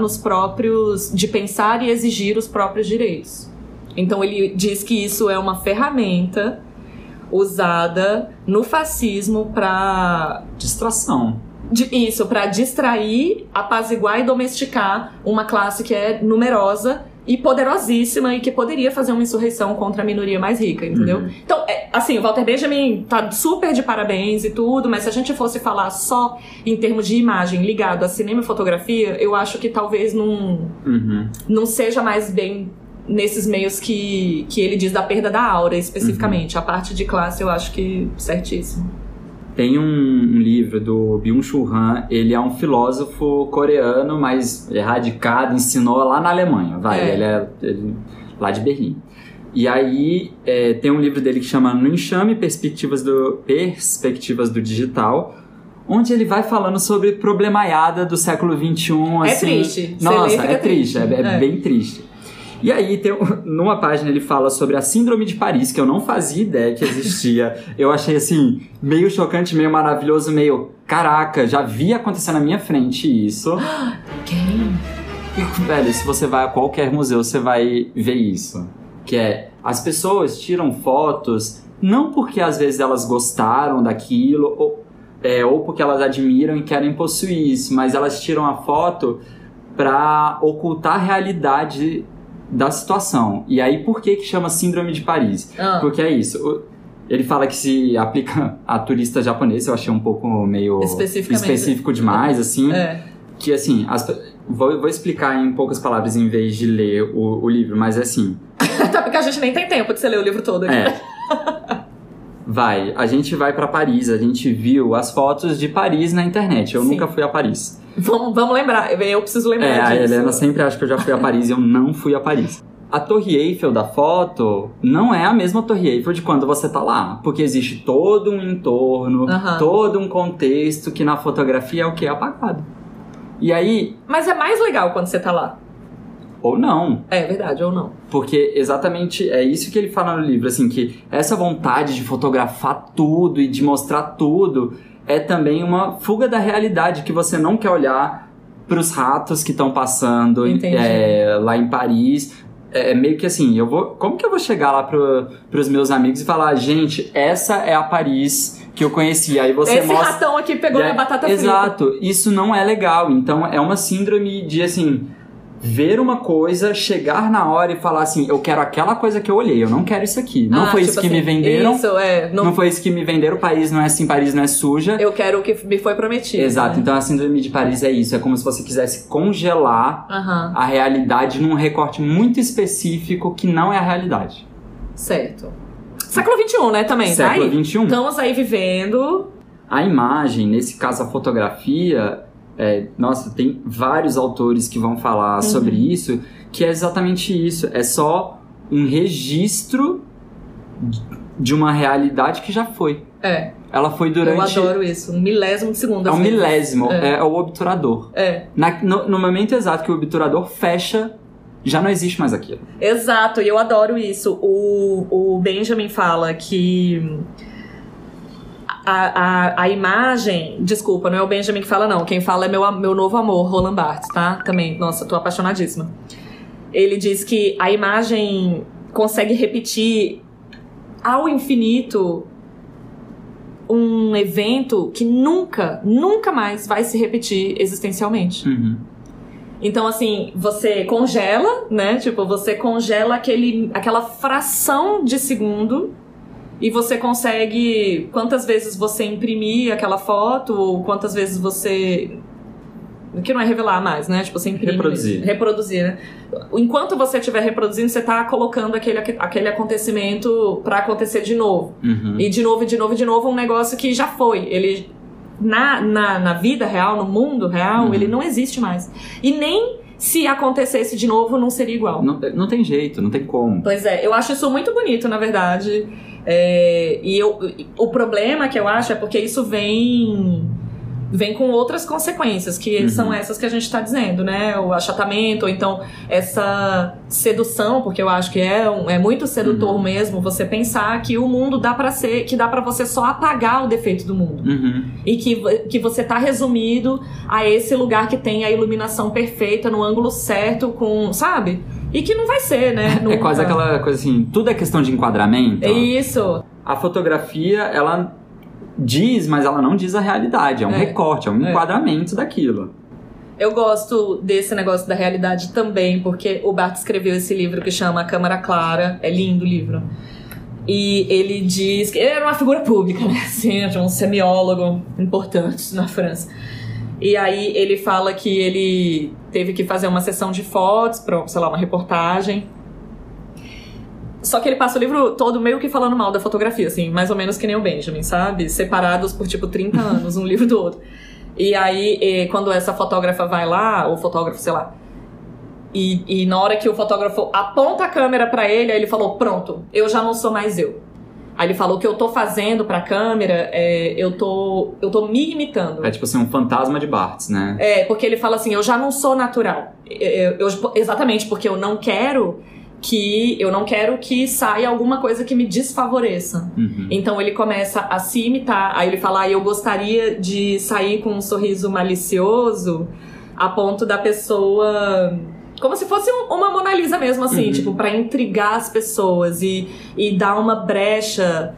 e exigir os próprios direitos. Então ele diz que isso é uma ferramenta usada no fascismo para distração. Para distrair, apaziguar e domesticar uma classe que é numerosa e poderosíssima e que poderia fazer uma insurreição contra a minoria mais rica, entendeu? Então, assim, o Walter Benjamin tá super de parabéns e tudo, mas se a gente fosse falar só em termos de imagem ligado a cinema e fotografia, eu acho que talvez não seja mais bem nesses meios que ele diz da perda da aura, especificamente. A parte de classe eu acho que certíssimo. Tem um livro do Byung-Chul Han, ele é um filósofo coreano, mas radicado, ensinou lá na Alemanha, ele é lá de Berlim. E aí tem um livro dele que chama No Enxame, Perspectivas do Digital, onde ele vai falando sobre problemaiada do século XXI. É triste. Nossa, é triste, é bem triste. E aí, numa página ele fala sobre a Síndrome de Paris, que eu não fazia ideia que existia. Eu achei, assim, meio chocante, meio maravilhoso, meio... Caraca, já vi acontecer na minha frente isso. Quem? Velho, se você vai a qualquer museu, você vai ver isso. Que as pessoas tiram fotos, não porque às vezes elas gostaram daquilo, ou porque elas admiram e querem possuir isso, mas elas tiram a foto para ocultar a realidade da situação. E aí, por que chama Síndrome de Paris? Porque é isso. Ele fala que se aplica a turista japonês, eu achei um pouco meio específico demais, assim. Que, assim, vou explicar em poucas palavras em vez de ler o livro, mas é assim... Tá, porque a gente nem tem tempo de você ler o livro todo aqui. A gente vai pra Paris, a gente viu as fotos de Paris na internet. Eu nunca fui a Paris. Vamos lembrar, eu preciso lembrar disso. A Helena sempre acha que eu já fui a Paris e eu não fui a Paris. A Torre Eiffel da foto não é a mesma Torre Eiffel de quando você tá lá. Porque existe todo um entorno, todo um contexto que na fotografia é o que? Apagado. E aí... Mas é mais legal quando você tá lá. Ou não. É verdade, ou não. Porque exatamente é isso que ele fala no livro, assim, que essa vontade de fotografar tudo e de mostrar tudo é também uma fuga da realidade, que você não quer olhar pros ratos que estão passando lá em Paris. É meio que assim, como que eu vou chegar lá pros meus amigos e falar, gente, essa é a Paris que eu conheci. Aí você Esse ratão aqui pegou minha batata frita. Exato, isso não é legal. Então é uma síndrome de, assim... ver uma coisa, chegar na hora e falar assim, eu quero aquela coisa que eu olhei, eu não quero isso aqui. Não foi isso que me venderam. Não foi isso que me venderam, Paris não é assim, Paris não é suja. Eu quero o que me foi prometido. Exato, então a síndrome de Paris é isso, é como se você quisesse congelar a realidade num recorte muito específico que não é a realidade. Certo. Século XXI, né, também, Século XXI. Estamos aí vivendo... A imagem, nesse caso a fotografia... nossa, tem vários autores que vão falar sobre isso, que é exatamente isso. É só um registro de uma realidade que já foi. Ela foi durante... Eu adoro isso. 1 milésimo de segundo. É um milésimo. É o obturador. No momento exato que o obturador fecha, já não existe mais aquilo. Exato, e eu adoro isso. O Benjamin fala que... A imagem... Desculpa, não é o Benjamin que fala, não. Quem fala é meu novo amor, Roland Barthes, tá? Também, nossa, tô apaixonadíssima. Ele diz que a imagem consegue repetir ao infinito um evento que nunca mais vai se repetir existencialmente. Então, assim, você congela, né? Tipo, você congela aquela fração de segundo... E você consegue, quantas vezes você imprimir aquela foto, ou quantas vezes você... Que não é revelar mais, né? Tipo, você imprime... Reproduzir, né? Enquanto você estiver reproduzindo, você tá colocando aquele acontecimento pra acontecer de novo. E de novo, um negócio que já foi. Ele, na vida real, no mundo real, ele não existe mais. E nem... se acontecesse de novo, não seria igual. Não tem jeito, não tem como. Pois é, eu acho isso muito bonito, na verdade. O problema que eu acho é porque isso vem com outras consequências, que são essas que a gente tá dizendo, né? O achatamento, ou então essa sedução, porque eu acho que é muito sedutor mesmo, você pensar que o mundo dá pra você só apagar o defeito do mundo. E que você tá resumido a esse lugar que tem a iluminação perfeita, no ângulo certo, sabe? E que não vai ser, né? É quase aquela coisa assim, tudo é questão de enquadramento. É isso. A fotografia, ela diz, mas ela não diz a realidade. É um recorte, é um enquadramento daquilo. Eu gosto desse negócio da realidade também, porque o Barthes escreveu esse livro que chama A Câmara Clara. É lindo o livro. E ele diz que ele era uma figura pública, né? Assim, um semiólogo importante na França. E aí ele fala que ele teve que fazer uma sessão de fotos pra, sei lá, uma reportagem. Só que ele passa o livro todo meio que falando mal da fotografia, assim, mais ou menos que nem o Benjamin, sabe? Separados por, tipo, 30 anos, um livro do outro. E aí, quando essa fotógrafa vai lá, ou fotógrafo, sei lá, e na hora que o fotógrafo aponta a câmera pra ele, aí ele falou, pronto, eu já não sou mais eu. Aí ele falou que eu tô fazendo pra câmera, eu tô me imitando. É tipo assim, um fantasma de Barthes, né? Porque ele fala assim, eu já não sou natural. Exatamente, porque eu não quero que saia alguma coisa que me desfavoreça. Então ele começa a se imitar. Aí ele fala, eu gostaria de sair com um sorriso malicioso a ponto da pessoa... Como se fosse uma Mona Lisa mesmo, assim, tipo, pra intrigar as pessoas e dar uma brecha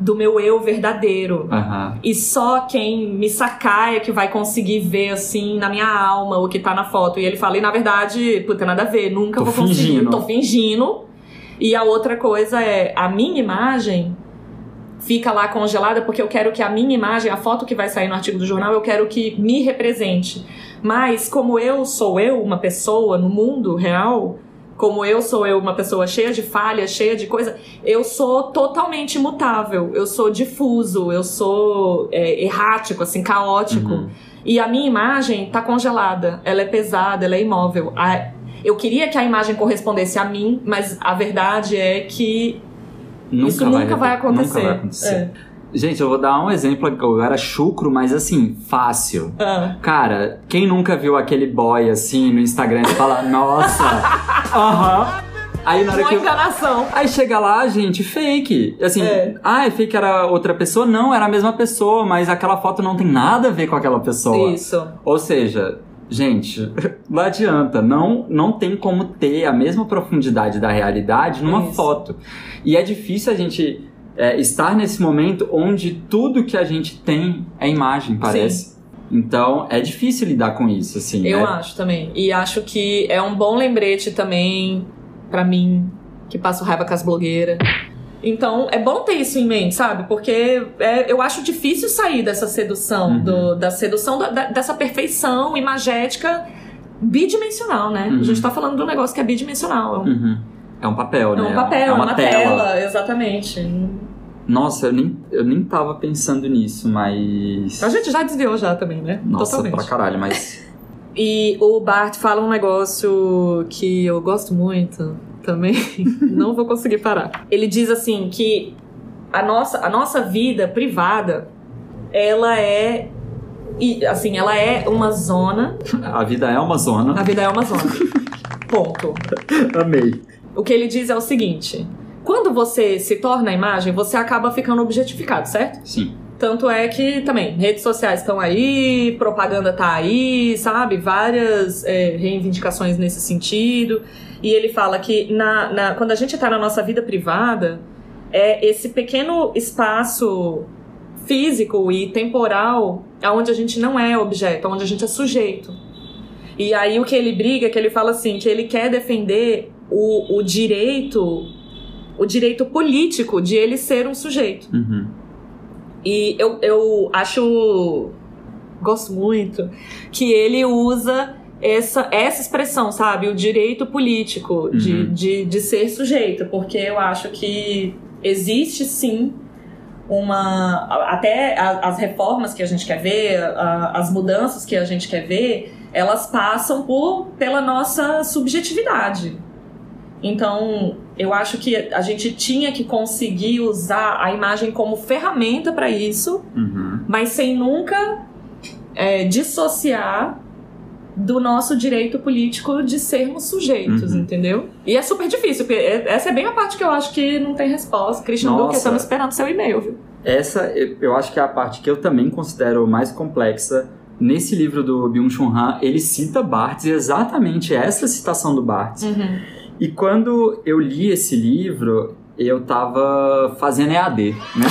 do meu eu verdadeiro. Uhum. E só quem me sacar é que vai conseguir ver, assim, na minha alma o que tá na foto. E ele fala, e na verdade, puta, nada a ver, nunca vou conseguir. Tô fingindo. E a outra coisa é, a minha imagem fica lá congelada porque eu quero que a minha imagem, a foto que vai sair no artigo do jornal, eu quero que me represente. Mas como eu sou eu, uma pessoa no mundo real, como eu sou eu, uma pessoa cheia de falhas, cheia de coisa, eu sou totalmente imutável, eu sou difuso, eu sou errático, assim, caótico. Uhum. E a minha imagem tá congelada, ela é pesada, ela é imóvel. Eu queria que a imagem correspondesse a mim, mas a verdade é que isso nunca vai acontecer. Nunca vai acontecer. Gente, eu vou dar um exemplo agora chucro, mas assim, fácil. Cara, quem nunca viu aquele boy assim no Instagram e fala, nossa, Aí na hora que enganação. Aí chega lá, gente, fake. Assim, é fake, era outra pessoa? Não, era a mesma pessoa, mas aquela foto não tem nada a ver com aquela pessoa. Isso. Ou seja, gente, não adianta. Não tem como ter a mesma profundidade da realidade numa foto. E é difícil a gente estar nesse momento onde tudo que a gente tem é imagem, parece. Sim. Então, é difícil lidar com isso, assim. Eu acho também. E acho que é um bom lembrete também pra mim, que passo raiva com as blogueiras. Então, é bom ter isso em mente, sabe? Porque eu acho difícil sair dessa sedução, da sedução dessa perfeição imagética bidimensional, né? A gente tá falando de um negócio que é bidimensional. É um papel, né? É um papel, é uma tela, exatamente. Nossa, eu nem tava pensando nisso, mas... A gente já desviou já também, né? Nossa, totalmente. Pra caralho, mas... E o Barthes fala um negócio que eu gosto muito também, não vou conseguir parar. Ele diz assim que a nossa vida privada, ela é uma zona. A vida é uma zona. A vida é uma zona. Ponto. Amei. O que ele diz é o seguinte: quando você se torna a imagem, você acaba ficando objetificado, certo? Sim. Tanto é que, também, redes sociais estão aí, propaganda tá aí, sabe? Várias reivindicações nesse sentido. E ele fala que quando a gente tá na nossa vida privada, é esse pequeno espaço físico e temporal onde a gente não é objeto, onde a gente é sujeito. E aí o que ele briga, que ele fala assim, que ele quer defender o direito político de ele ser um sujeito. E eu gosto muito que ele usa essa expressão, sabe? O direito político de ser sujeito, porque eu acho que existe sim até as reformas que a gente quer ver, as mudanças que a gente quer ver, elas passam pela nossa subjetividade. Então, eu acho que a gente tinha que conseguir usar a imagem como ferramenta para isso, mas sem nunca dissociar do nosso direito político de sermos sujeitos, entendeu? E é super difícil, porque essa é bem a parte que eu acho que não tem resposta. Christian Duque, estamos esperando seu e-mail, viu? Essa, eu acho que é a parte que eu também considero mais complexa. Nesse livro do Byung-Chul Han, ele cita Barthes, exatamente essa citação do Barthes. E quando eu li esse livro, eu tava fazendo EAD, né?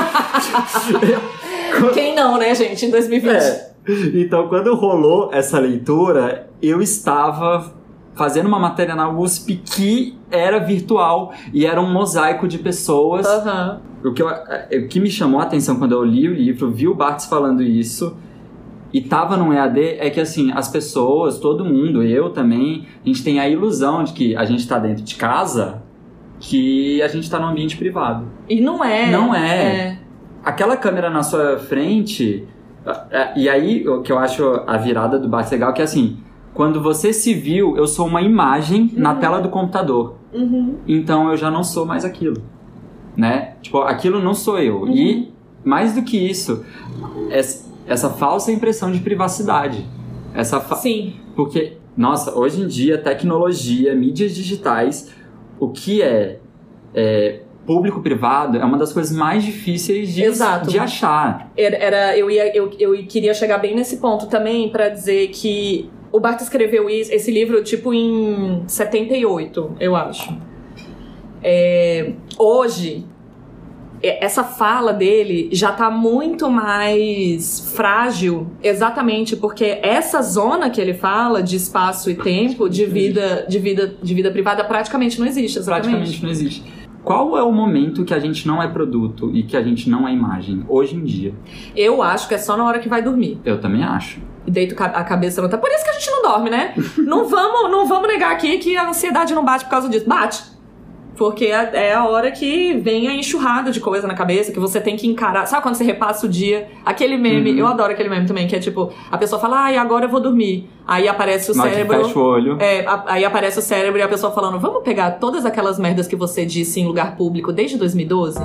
Quem não, né, gente, em 2020? Então, quando rolou essa leitura, eu estava fazendo uma matéria na USP que era virtual e era um mosaico de pessoas. O que me chamou a atenção quando eu li o livro, vi o Barthes falando isso, e tava no EAD, é que assim, as pessoas, todo mundo, eu também, a gente tem a ilusão de que a gente tá dentro de casa, que a gente tá num ambiente privado. E não é. Não é. Aquela câmera na sua frente, e aí o que eu acho a virada do Barthes legal, que é assim, quando você se viu, eu sou uma imagem na tela do computador. Então eu já não sou mais aquilo, né? Tipo, aquilo não sou eu. E mais do que isso, essa falsa impressão de privacidade. Sim. Porque, nossa, hoje em dia, tecnologia, mídias digitais, o que é público-privado é uma das coisas mais difíceis de achar. Eu queria chegar bem nesse ponto também pra dizer que o Barthes escreveu esse livro tipo em 78, eu acho. Hoje, essa fala dele já tá muito mais frágil, exatamente porque essa zona que ele fala de espaço e tempo, de vida privada, praticamente não existe. Exatamente. Praticamente não existe. Qual é o momento que a gente não é produto e que a gente não é imagem, hoje em dia? Eu acho que é só na hora que vai dormir. Eu também acho. E deito a cabeça no... Por isso que a gente não dorme, né? não vamos negar aqui que a ansiedade não bate por causa disso. Bate. Porque é a hora que vem a enxurrada de coisa na cabeça, que você tem que encarar. Sabe quando você repassa o dia? Aquele meme, eu adoro aquele meme também, que é tipo, a pessoa fala, agora eu vou dormir. Aí aparece o cérebro. Fecha o olho. Aí aparece o cérebro e a pessoa falando, vamos pegar todas aquelas merdas que você disse em lugar público desde 2012?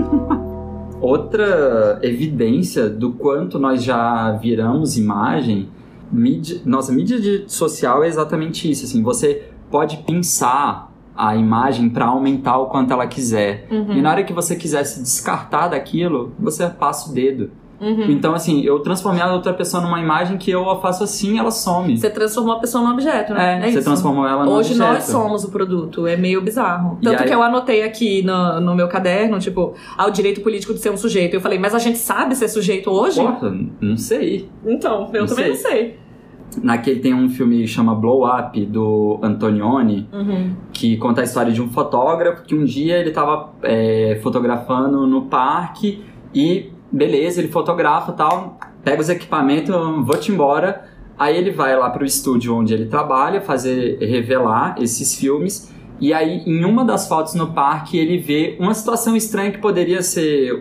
Outra evidência do quanto nós já viramos imagem, nossa mídia social é exatamente isso. Assim, você pode pensar a imagem para aumentar o quanto ela quiser. E na hora que você quiser se descartar daquilo, você passa o dedo. Então, assim, eu transformei a outra pessoa numa imagem que eu faço assim, ela some. Você transformou a pessoa num objeto, né? Você isso. Transformou ela num Hoje objeto. Nós somos o produto, é meio bizarro. Tanto que eu anotei aqui no meu caderno, tipo, o direito político de ser um sujeito. Eu falei, mas a gente sabe ser sujeito hoje? Porra, não sei. Então, eu também não sei. Naquele tem um filme que chama Blow Up, do Antonioni, que conta a história de um fotógrafo que um dia ele tava fotografando no parque e, beleza, ele fotografa e tal, pega os equipamentos, vou-te embora. Aí ele vai lá pro estúdio onde ele trabalha, revelar esses filmes, e aí em uma das fotos no parque ele vê uma situação estranha que poderia ser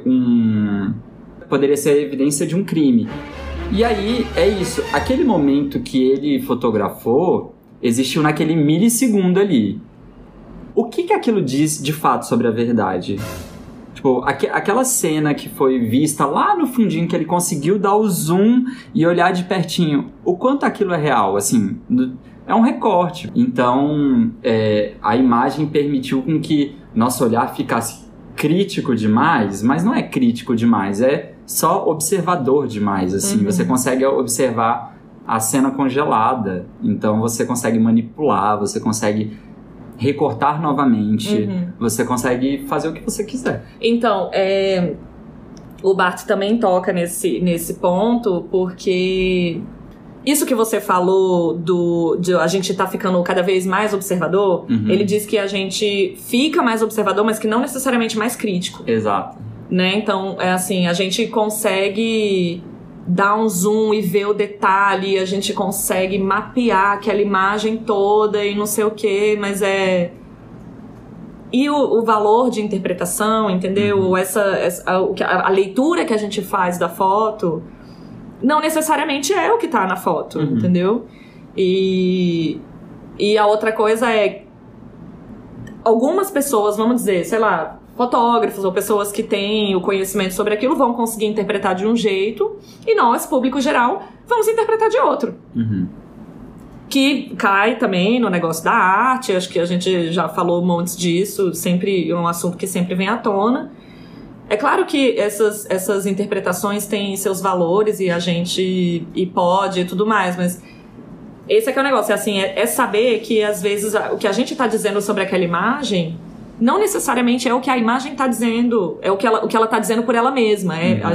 a evidência de um crime. E aí, é isso. Aquele momento que ele fotografou existiu naquele milissegundo ali. O que aquilo diz de fato sobre a verdade? Tipo, aquela cena que foi vista lá no fundinho, que ele conseguiu dar o zoom e olhar de pertinho. O quanto aquilo é real, assim, é um recorte. Então, a imagem permitiu com que nosso olhar ficasse crítico demais, mas não é crítico demais, é só observador demais, assim. Você consegue observar a cena congelada, então você consegue manipular, você consegue recortar novamente, você consegue fazer o que você quiser. Então, o Barthes também toca nesse ponto, porque isso que você falou de a gente tá ficando cada vez mais observador, ele diz que a gente fica mais observador, mas que não necessariamente mais crítico. Exato. Né? Então, assim, a gente consegue dar um zoom e ver o detalhe, a gente consegue mapear aquela imagem toda e não sei o que, mas E o valor de interpretação, entendeu? A leitura que a gente faz da foto não necessariamente é o que tá na foto, entendeu? E a outra coisa é... Algumas pessoas, vamos dizer, sei lá, fotógrafos ou pessoas que têm o conhecimento sobre aquilo vão conseguir interpretar de um jeito e nós, público geral, vamos interpretar de outro. Que cai também no negócio da arte, acho que a gente já falou um monte disso, sempre é um assunto que sempre vem à tona. É claro que essas interpretações têm seus valores e a gente pode e tudo mais, mas esse é que é o negócio, assim, é saber que às vezes o que a gente está dizendo sobre aquela imagem não necessariamente é o que a imagem está dizendo, é o que ela está dizendo por ela mesma,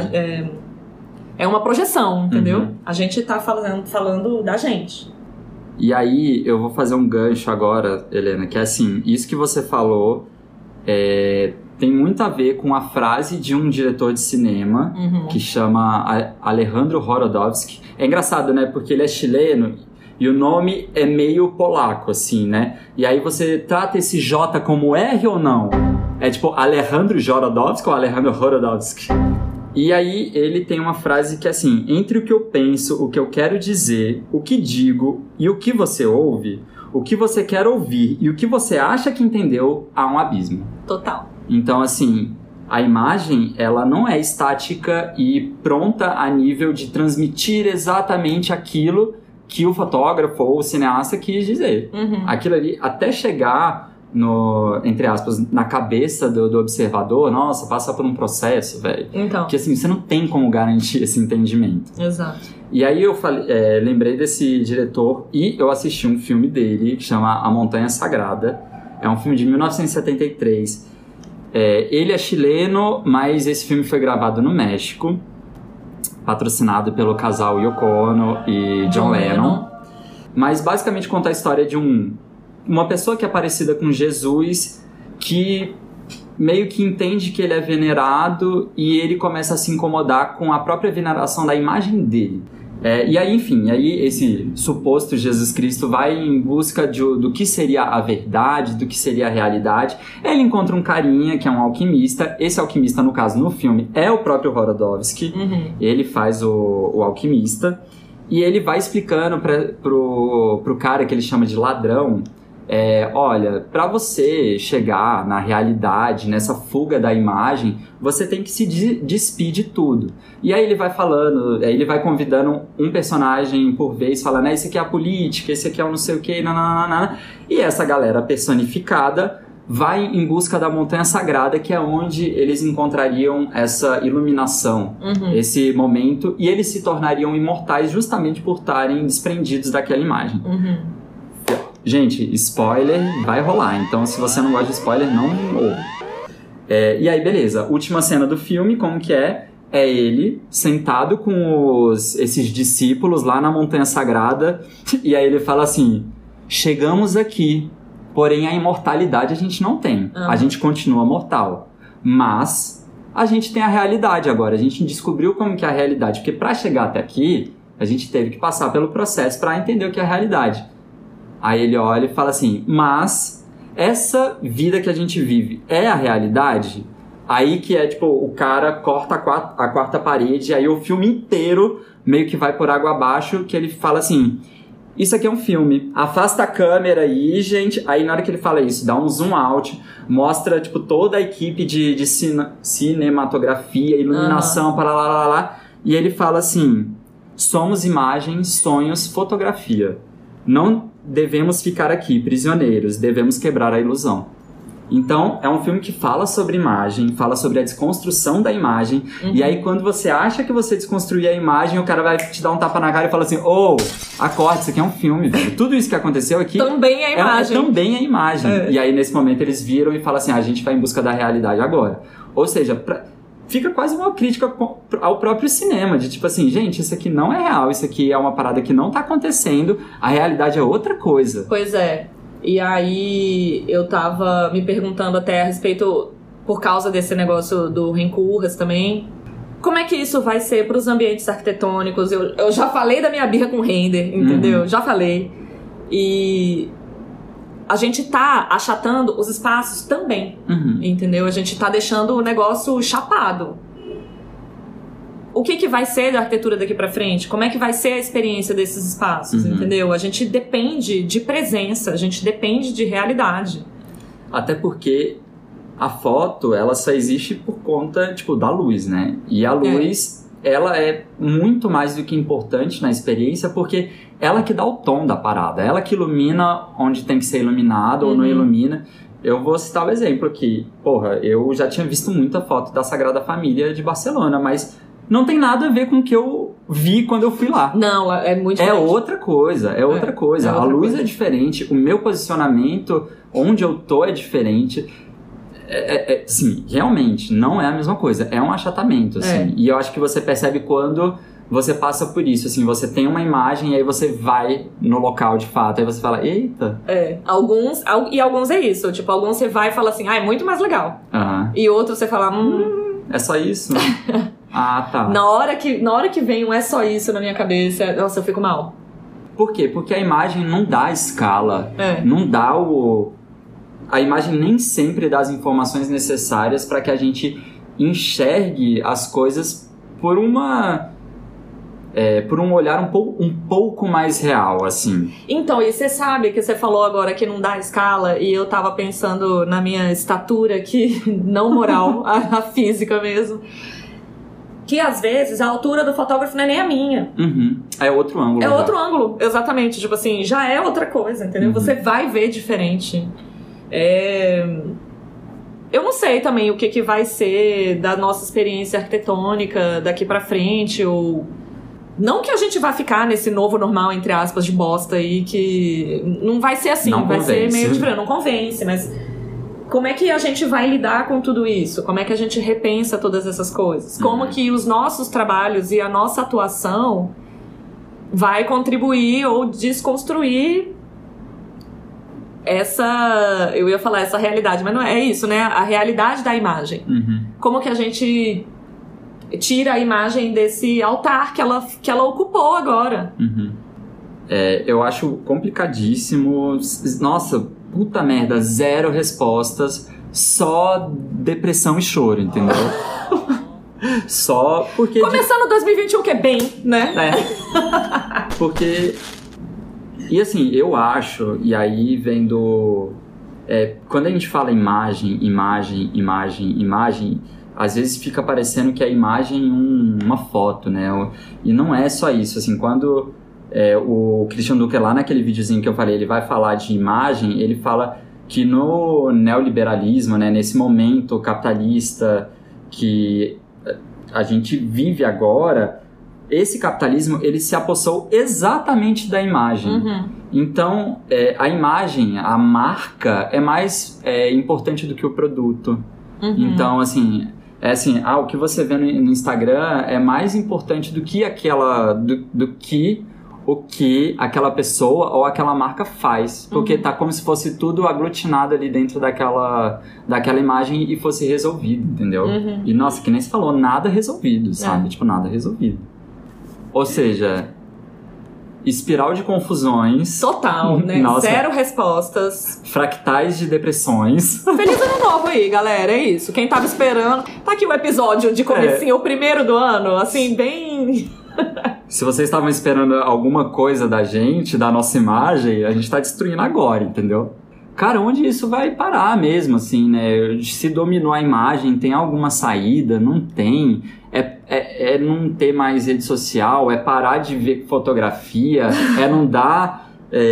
é uma projeção, entendeu? A gente está falando da gente. E aí eu vou fazer um gancho agora, Helena, que é assim, isso que você falou tem muito a ver com a frase de um diretor de cinema que chama Alejandro Jodorowsky. É engraçado, né? Porque ele é chileno e o nome é meio polaco, assim, né? E aí você trata esse J como R ou não? É tipo Alejandro Jodorowsky ou Alejandro Jodorowsky? E aí ele tem uma frase que é assim: entre o que eu penso, o que eu quero dizer, o que digo e o que você ouve, o que você quer ouvir e o que você acha que entendeu, há um abismo. Total. Então, assim, a imagem, ela não é estática e pronta a nível de transmitir exatamente aquilo que o fotógrafo ou o cineasta quis dizer. Aquilo ali, até chegar entre aspas, na cabeça do observador, nossa, passa por um processo, velho. Então. Que assim, você não tem como garantir esse entendimento. Exato. E aí eu lembrei desse diretor e eu assisti um filme dele que chama A Montanha Sagrada. É um filme de 1973. Ele é chileno, mas esse filme foi gravado no México, patrocinado pelo casal Yoko Ono e John Lennon. Mas basicamente conta a história de uma pessoa que é parecida com Jesus, que meio que entende que ele é venerado e ele começa a se incomodar com a própria veneração da imagem dele. E aí, enfim, esse suposto Jesus Cristo vai em busca do que seria a verdade, do que seria a realidade. Ele encontra um carinha que é um alquimista. Esse alquimista, no caso, no filme, é o próprio Rodorowsky. Ele faz o alquimista. E ele vai explicando pro cara que ele chama de ladrão, olha, para você chegar na realidade, nessa fuga da imagem, você tem que se despir de tudo. E aí ele vai falando, ele vai convidando um personagem por vez, falando, esse aqui é a política, esse aqui é o não sei o que, nananana. E essa galera personificada vai em busca da montanha sagrada, que é onde eles encontrariam essa iluminação, esse momento, e eles se tornariam imortais justamente por estarem desprendidos daquela imagem. Gente, spoiler vai rolar, então se você não gosta de spoiler, não ouve. E aí, beleza, última cena do filme, como que é? É ele sentado com esses discípulos lá na montanha sagrada, e aí ele fala assim, chegamos aqui, porém a imortalidade a gente não tem, a gente continua mortal, mas a gente tem a realidade agora, a gente descobriu como que é a realidade, porque para chegar até aqui, a gente teve que passar pelo processo para entender o que é a realidade. Aí ele olha e fala assim, mas essa vida que a gente vive é a realidade? Aí que é tipo, o cara corta a quarta parede, aí o filme inteiro meio que vai por água abaixo, que ele fala assim, isso aqui é um filme, afasta a câmera aí, gente. Aí na hora que ele fala isso, dá um zoom out, mostra tipo toda a equipe de cinematografia, iluminação, para lá. E ele fala assim, somos imagens, sonhos, fotografia. Não devemos ficar aqui prisioneiros, devemos quebrar a ilusão. Então, é um filme que fala sobre imagem, fala sobre a desconstrução da imagem, e aí quando você acha que você desconstruir a imagem, o cara vai te dar um tapa na cara e fala assim, acorde, isso aqui é um filme, velho. Tudo isso que aconteceu aqui... Também é imagem. Também é imagem. E aí, nesse momento, eles viram e falam assim, a gente vai em busca da realidade agora. Ou seja, fica quase uma crítica ao próprio cinema, de tipo assim, gente, isso aqui não é real, isso aqui é uma parada que não tá acontecendo, a realidade é outra coisa. Pois é. E aí eu tava me perguntando até a respeito, por causa desse negócio do Renko Urras também, como é que isso vai ser pros ambientes arquitetônicos? Eu já falei da minha birra com render, entendeu? Já falei. E a gente tá achatando os espaços também, entendeu? A gente tá deixando o negócio chapado. O que vai ser da arquitetura daqui pra frente? Como é que vai ser a experiência desses espaços, entendeu? A gente depende de presença, a gente depende de realidade. Até porque a foto, ela só existe por conta, tipo, da luz, né? E a luz, ela é muito mais do que importante na experiência, porque ela que dá o tom da parada, ela que ilumina onde tem que ser iluminado ou não ilumina. Eu vou citar o exemplo aqui. Porra, eu já tinha visto muita foto da Sagrada Família de Barcelona, mas não tem nada a ver com o que eu vi quando eu fui lá. Não, é muito diferente. É outra coisa, é outra coisa. A luz é diferente, o meu posicionamento, onde eu tô é diferente. Sim, realmente, não é a mesma coisa. É um achatamento, assim. E eu acho que você percebe quando você passa por isso, assim. Você tem uma imagem e aí você vai no local, de fato. Aí você fala, eita. Alguns é isso. Tipo, alguns você vai e fala assim, é muito mais legal. E outros você fala, é só isso? Ah, tá. Na hora que vem um é só isso na minha cabeça, nossa, eu fico mal. Por quê? Porque a imagem não dá escala. Não dá a imagem nem sempre dá as informações necessárias para que a gente enxergue as coisas por um olhar um pouco mais real, assim. Então, e você sabe que você falou agora que não dá escala, e eu tava pensando na minha estatura aqui, não moral, a física mesmo, que às vezes a altura do fotógrafo não é nem a minha. É outro ângulo. É outro ângulo, exatamente. Tipo assim, já é outra coisa, entendeu? Você vai ver diferente. Eu não sei também o que vai ser da nossa experiência arquitetônica daqui pra frente, ou... Não que a gente vá ficar nesse novo normal, entre aspas, de bosta aí, que não vai ser assim, não vai convence. ser meio diferente, não convence, mas como é que a gente vai lidar com tudo isso? Como é que a gente repensa todas essas coisas? Como que os nossos trabalhos e a nossa atuação vai contribuir ou desconstruir eu ia falar essa realidade, mas não é isso, né? A realidade da imagem. Como que a gente tira a imagem desse altar que ela ocupou agora? Eu acho complicadíssimo. Nossa, puta merda, 0 respostas, só depressão e choro, entendeu? Só porque... Começando 2021, que é bem, né? Porque... E assim, eu acho, e aí vem do... quando a gente fala imagem, às vezes fica parecendo que a imagem é uma foto, né? E não é só isso, assim, quando o Christian Dunker, lá naquele videozinho que eu falei, ele vai falar de imagem, ele fala que no neoliberalismo, né, nesse momento capitalista que a gente vive agora, esse capitalismo, ele se apossou exatamente da imagem. Então, a imagem, a marca, é mais importante do que o produto. Então, assim, o que você vê no Instagram é mais importante do que o que aquela pessoa ou aquela marca faz. Porque tá como se fosse tudo aglutinado ali dentro daquela imagem e fosse resolvido, entendeu? E, nossa, que nem você falou, nada resolvido, sabe? Tipo, nada resolvido. Ou seja, espiral de confusões. Total, né? Nossa. 0 respostas. Fractais de depressões. Feliz ano novo aí, galera. É isso. Quem tava esperando... Tá aqui o episódio de comecinho, o primeiro do ano. Assim, bem... Se vocês estavam esperando alguma coisa da gente, da nossa imagem, a gente tá destruindo agora, entendeu? Cara, onde isso vai parar mesmo, assim, né? Se dominou a imagem, tem alguma saída? Não tem. É não ter mais rede social, é parar de ver fotografia, é não dar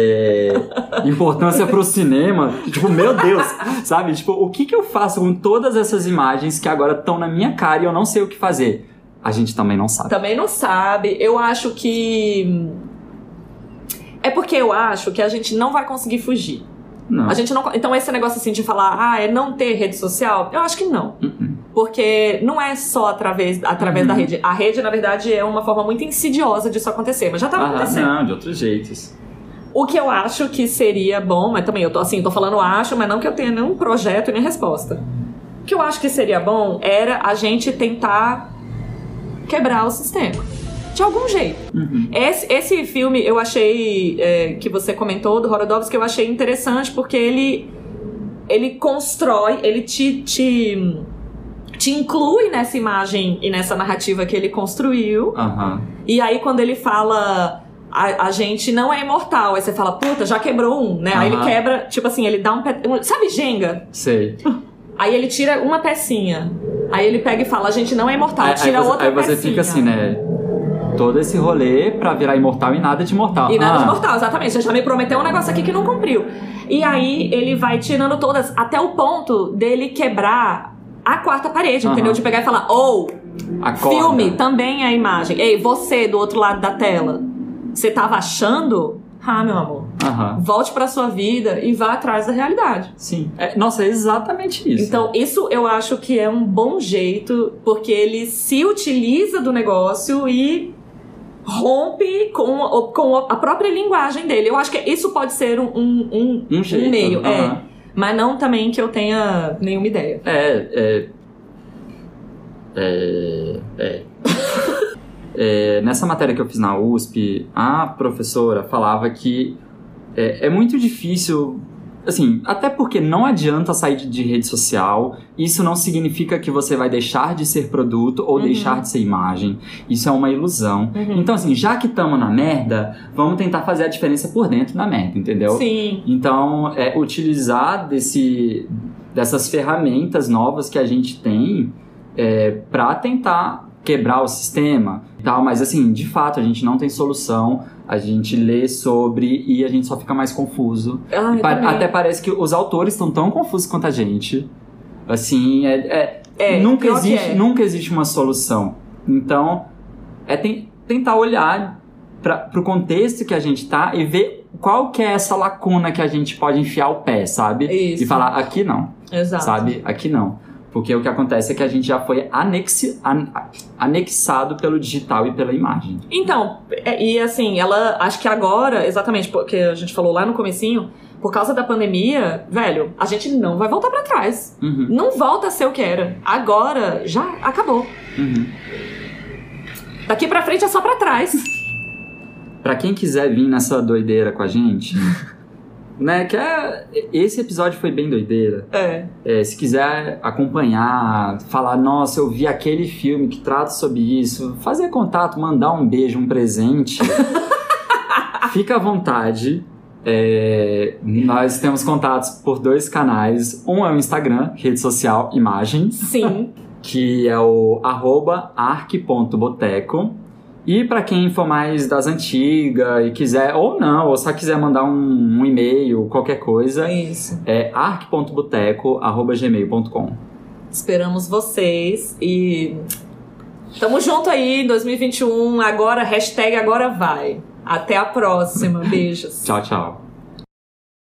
importância pro cinema. Tipo, meu Deus, sabe? Tipo, o que eu faço com todas essas imagens que agora estão na minha cara e eu não sei o que fazer? A gente também não sabe. Também não sabe. Eu acho que... É porque eu acho que a gente não vai conseguir fugir. Não. A gente não... Então esse negócio assim de falar, é não ter rede social, eu acho que não. Porque não é só através da rede. A rede, na verdade, é uma forma muito insidiosa disso acontecer, mas já tá acontecendo. Não, de outros jeitos. O que eu acho que seria bom, mas também eu tô falando acho, mas não que eu tenha nenhum projeto nem resposta. O que eu acho que seria bom era a gente tentar quebrar o sistema. De algum jeito. Esse filme eu achei, que você comentou, do Horodowski, eu achei interessante porque ele constrói, ele te inclui nessa imagem e nessa narrativa que ele construiu. E aí quando ele fala a gente não é imortal, aí você fala, puta, já quebrou um, né? Aí ele quebra, tipo assim, ele dá sabe Jenga? Sei. Aí ele tira uma pecinha. Aí ele pega e fala, a gente não é imortal, tira outra pecinha. Aí você fica assim, né? Todo esse rolê pra virar imortal e nada de mortal. E nada de mortal, exatamente. Você já me prometeu um negócio aqui que não cumpriu. E aí ele vai tirando todas, até o ponto dele quebrar a quarta parede, entendeu? De pegar e falar, filme também é imagem. Ei, você do outro lado da tela, você tava achando... meu amor, volte pra sua vida e vá atrás da realidade. Sim. Nossa, é exatamente isso. Então, isso eu acho que é um bom jeito, porque ele se utiliza do negócio e rompe com a própria linguagem dele. Eu acho que isso pode ser um jeito, meio. Mas não também que eu tenha nenhuma ideia. Nessa matéria que eu fiz na USP, a professora falava que é muito difícil, assim, até porque não adianta sair de rede social, isso não significa que você vai deixar de ser produto ou deixar de ser imagem, isso é uma ilusão. Então, assim, já que estamos na merda, vamos tentar fazer a diferença por dentro da merda, entendeu? Sim. Então, utilizar dessas ferramentas novas que a gente tem pra tentar quebrar o sistema e tal, mas assim, de fato, a gente não tem solução, a gente lê sobre e a gente só fica mais confuso. Até parece que os autores estão tão confusos quanto a gente. Assim, nunca existe uma solução. Então, tentar olhar pro contexto que a gente tá e ver qual que é essa lacuna que a gente pode enfiar o pé, sabe? Isso. E falar, aqui não. Exato. Sabe? Aqui não. Porque o que acontece é que a gente já foi anexado pelo digital e pela imagem. Então, e assim, ela, acho que agora, exatamente porque a gente falou lá no comecinho, por causa da pandemia, velho, a gente não vai voltar pra trás. Uhum. Não volta a ser o que era. Agora, já acabou. Uhum. Daqui pra frente é só pra trás. Pra quem quiser vir nessa doideira com a gente, né, esse episódio foi bem doideira. Se quiser acompanhar, falar, nossa, eu vi aquele filme que trata sobre isso, fazer contato, mandar um beijo, um presente, fica à vontade. Nós temos contatos por 2 canais. Um é o Instagram, rede social, imagens. Sim. Que é o @arc.boteco. E pra quem for mais das antigas e quiser, ou não, ou só quiser mandar um e-mail, qualquer coisa, Isso. é arc.boteco@gmail.com. Esperamos vocês e tamo junto aí em 2021. Agora, #agora vai. Até a próxima. Beijos. Tchau, tchau.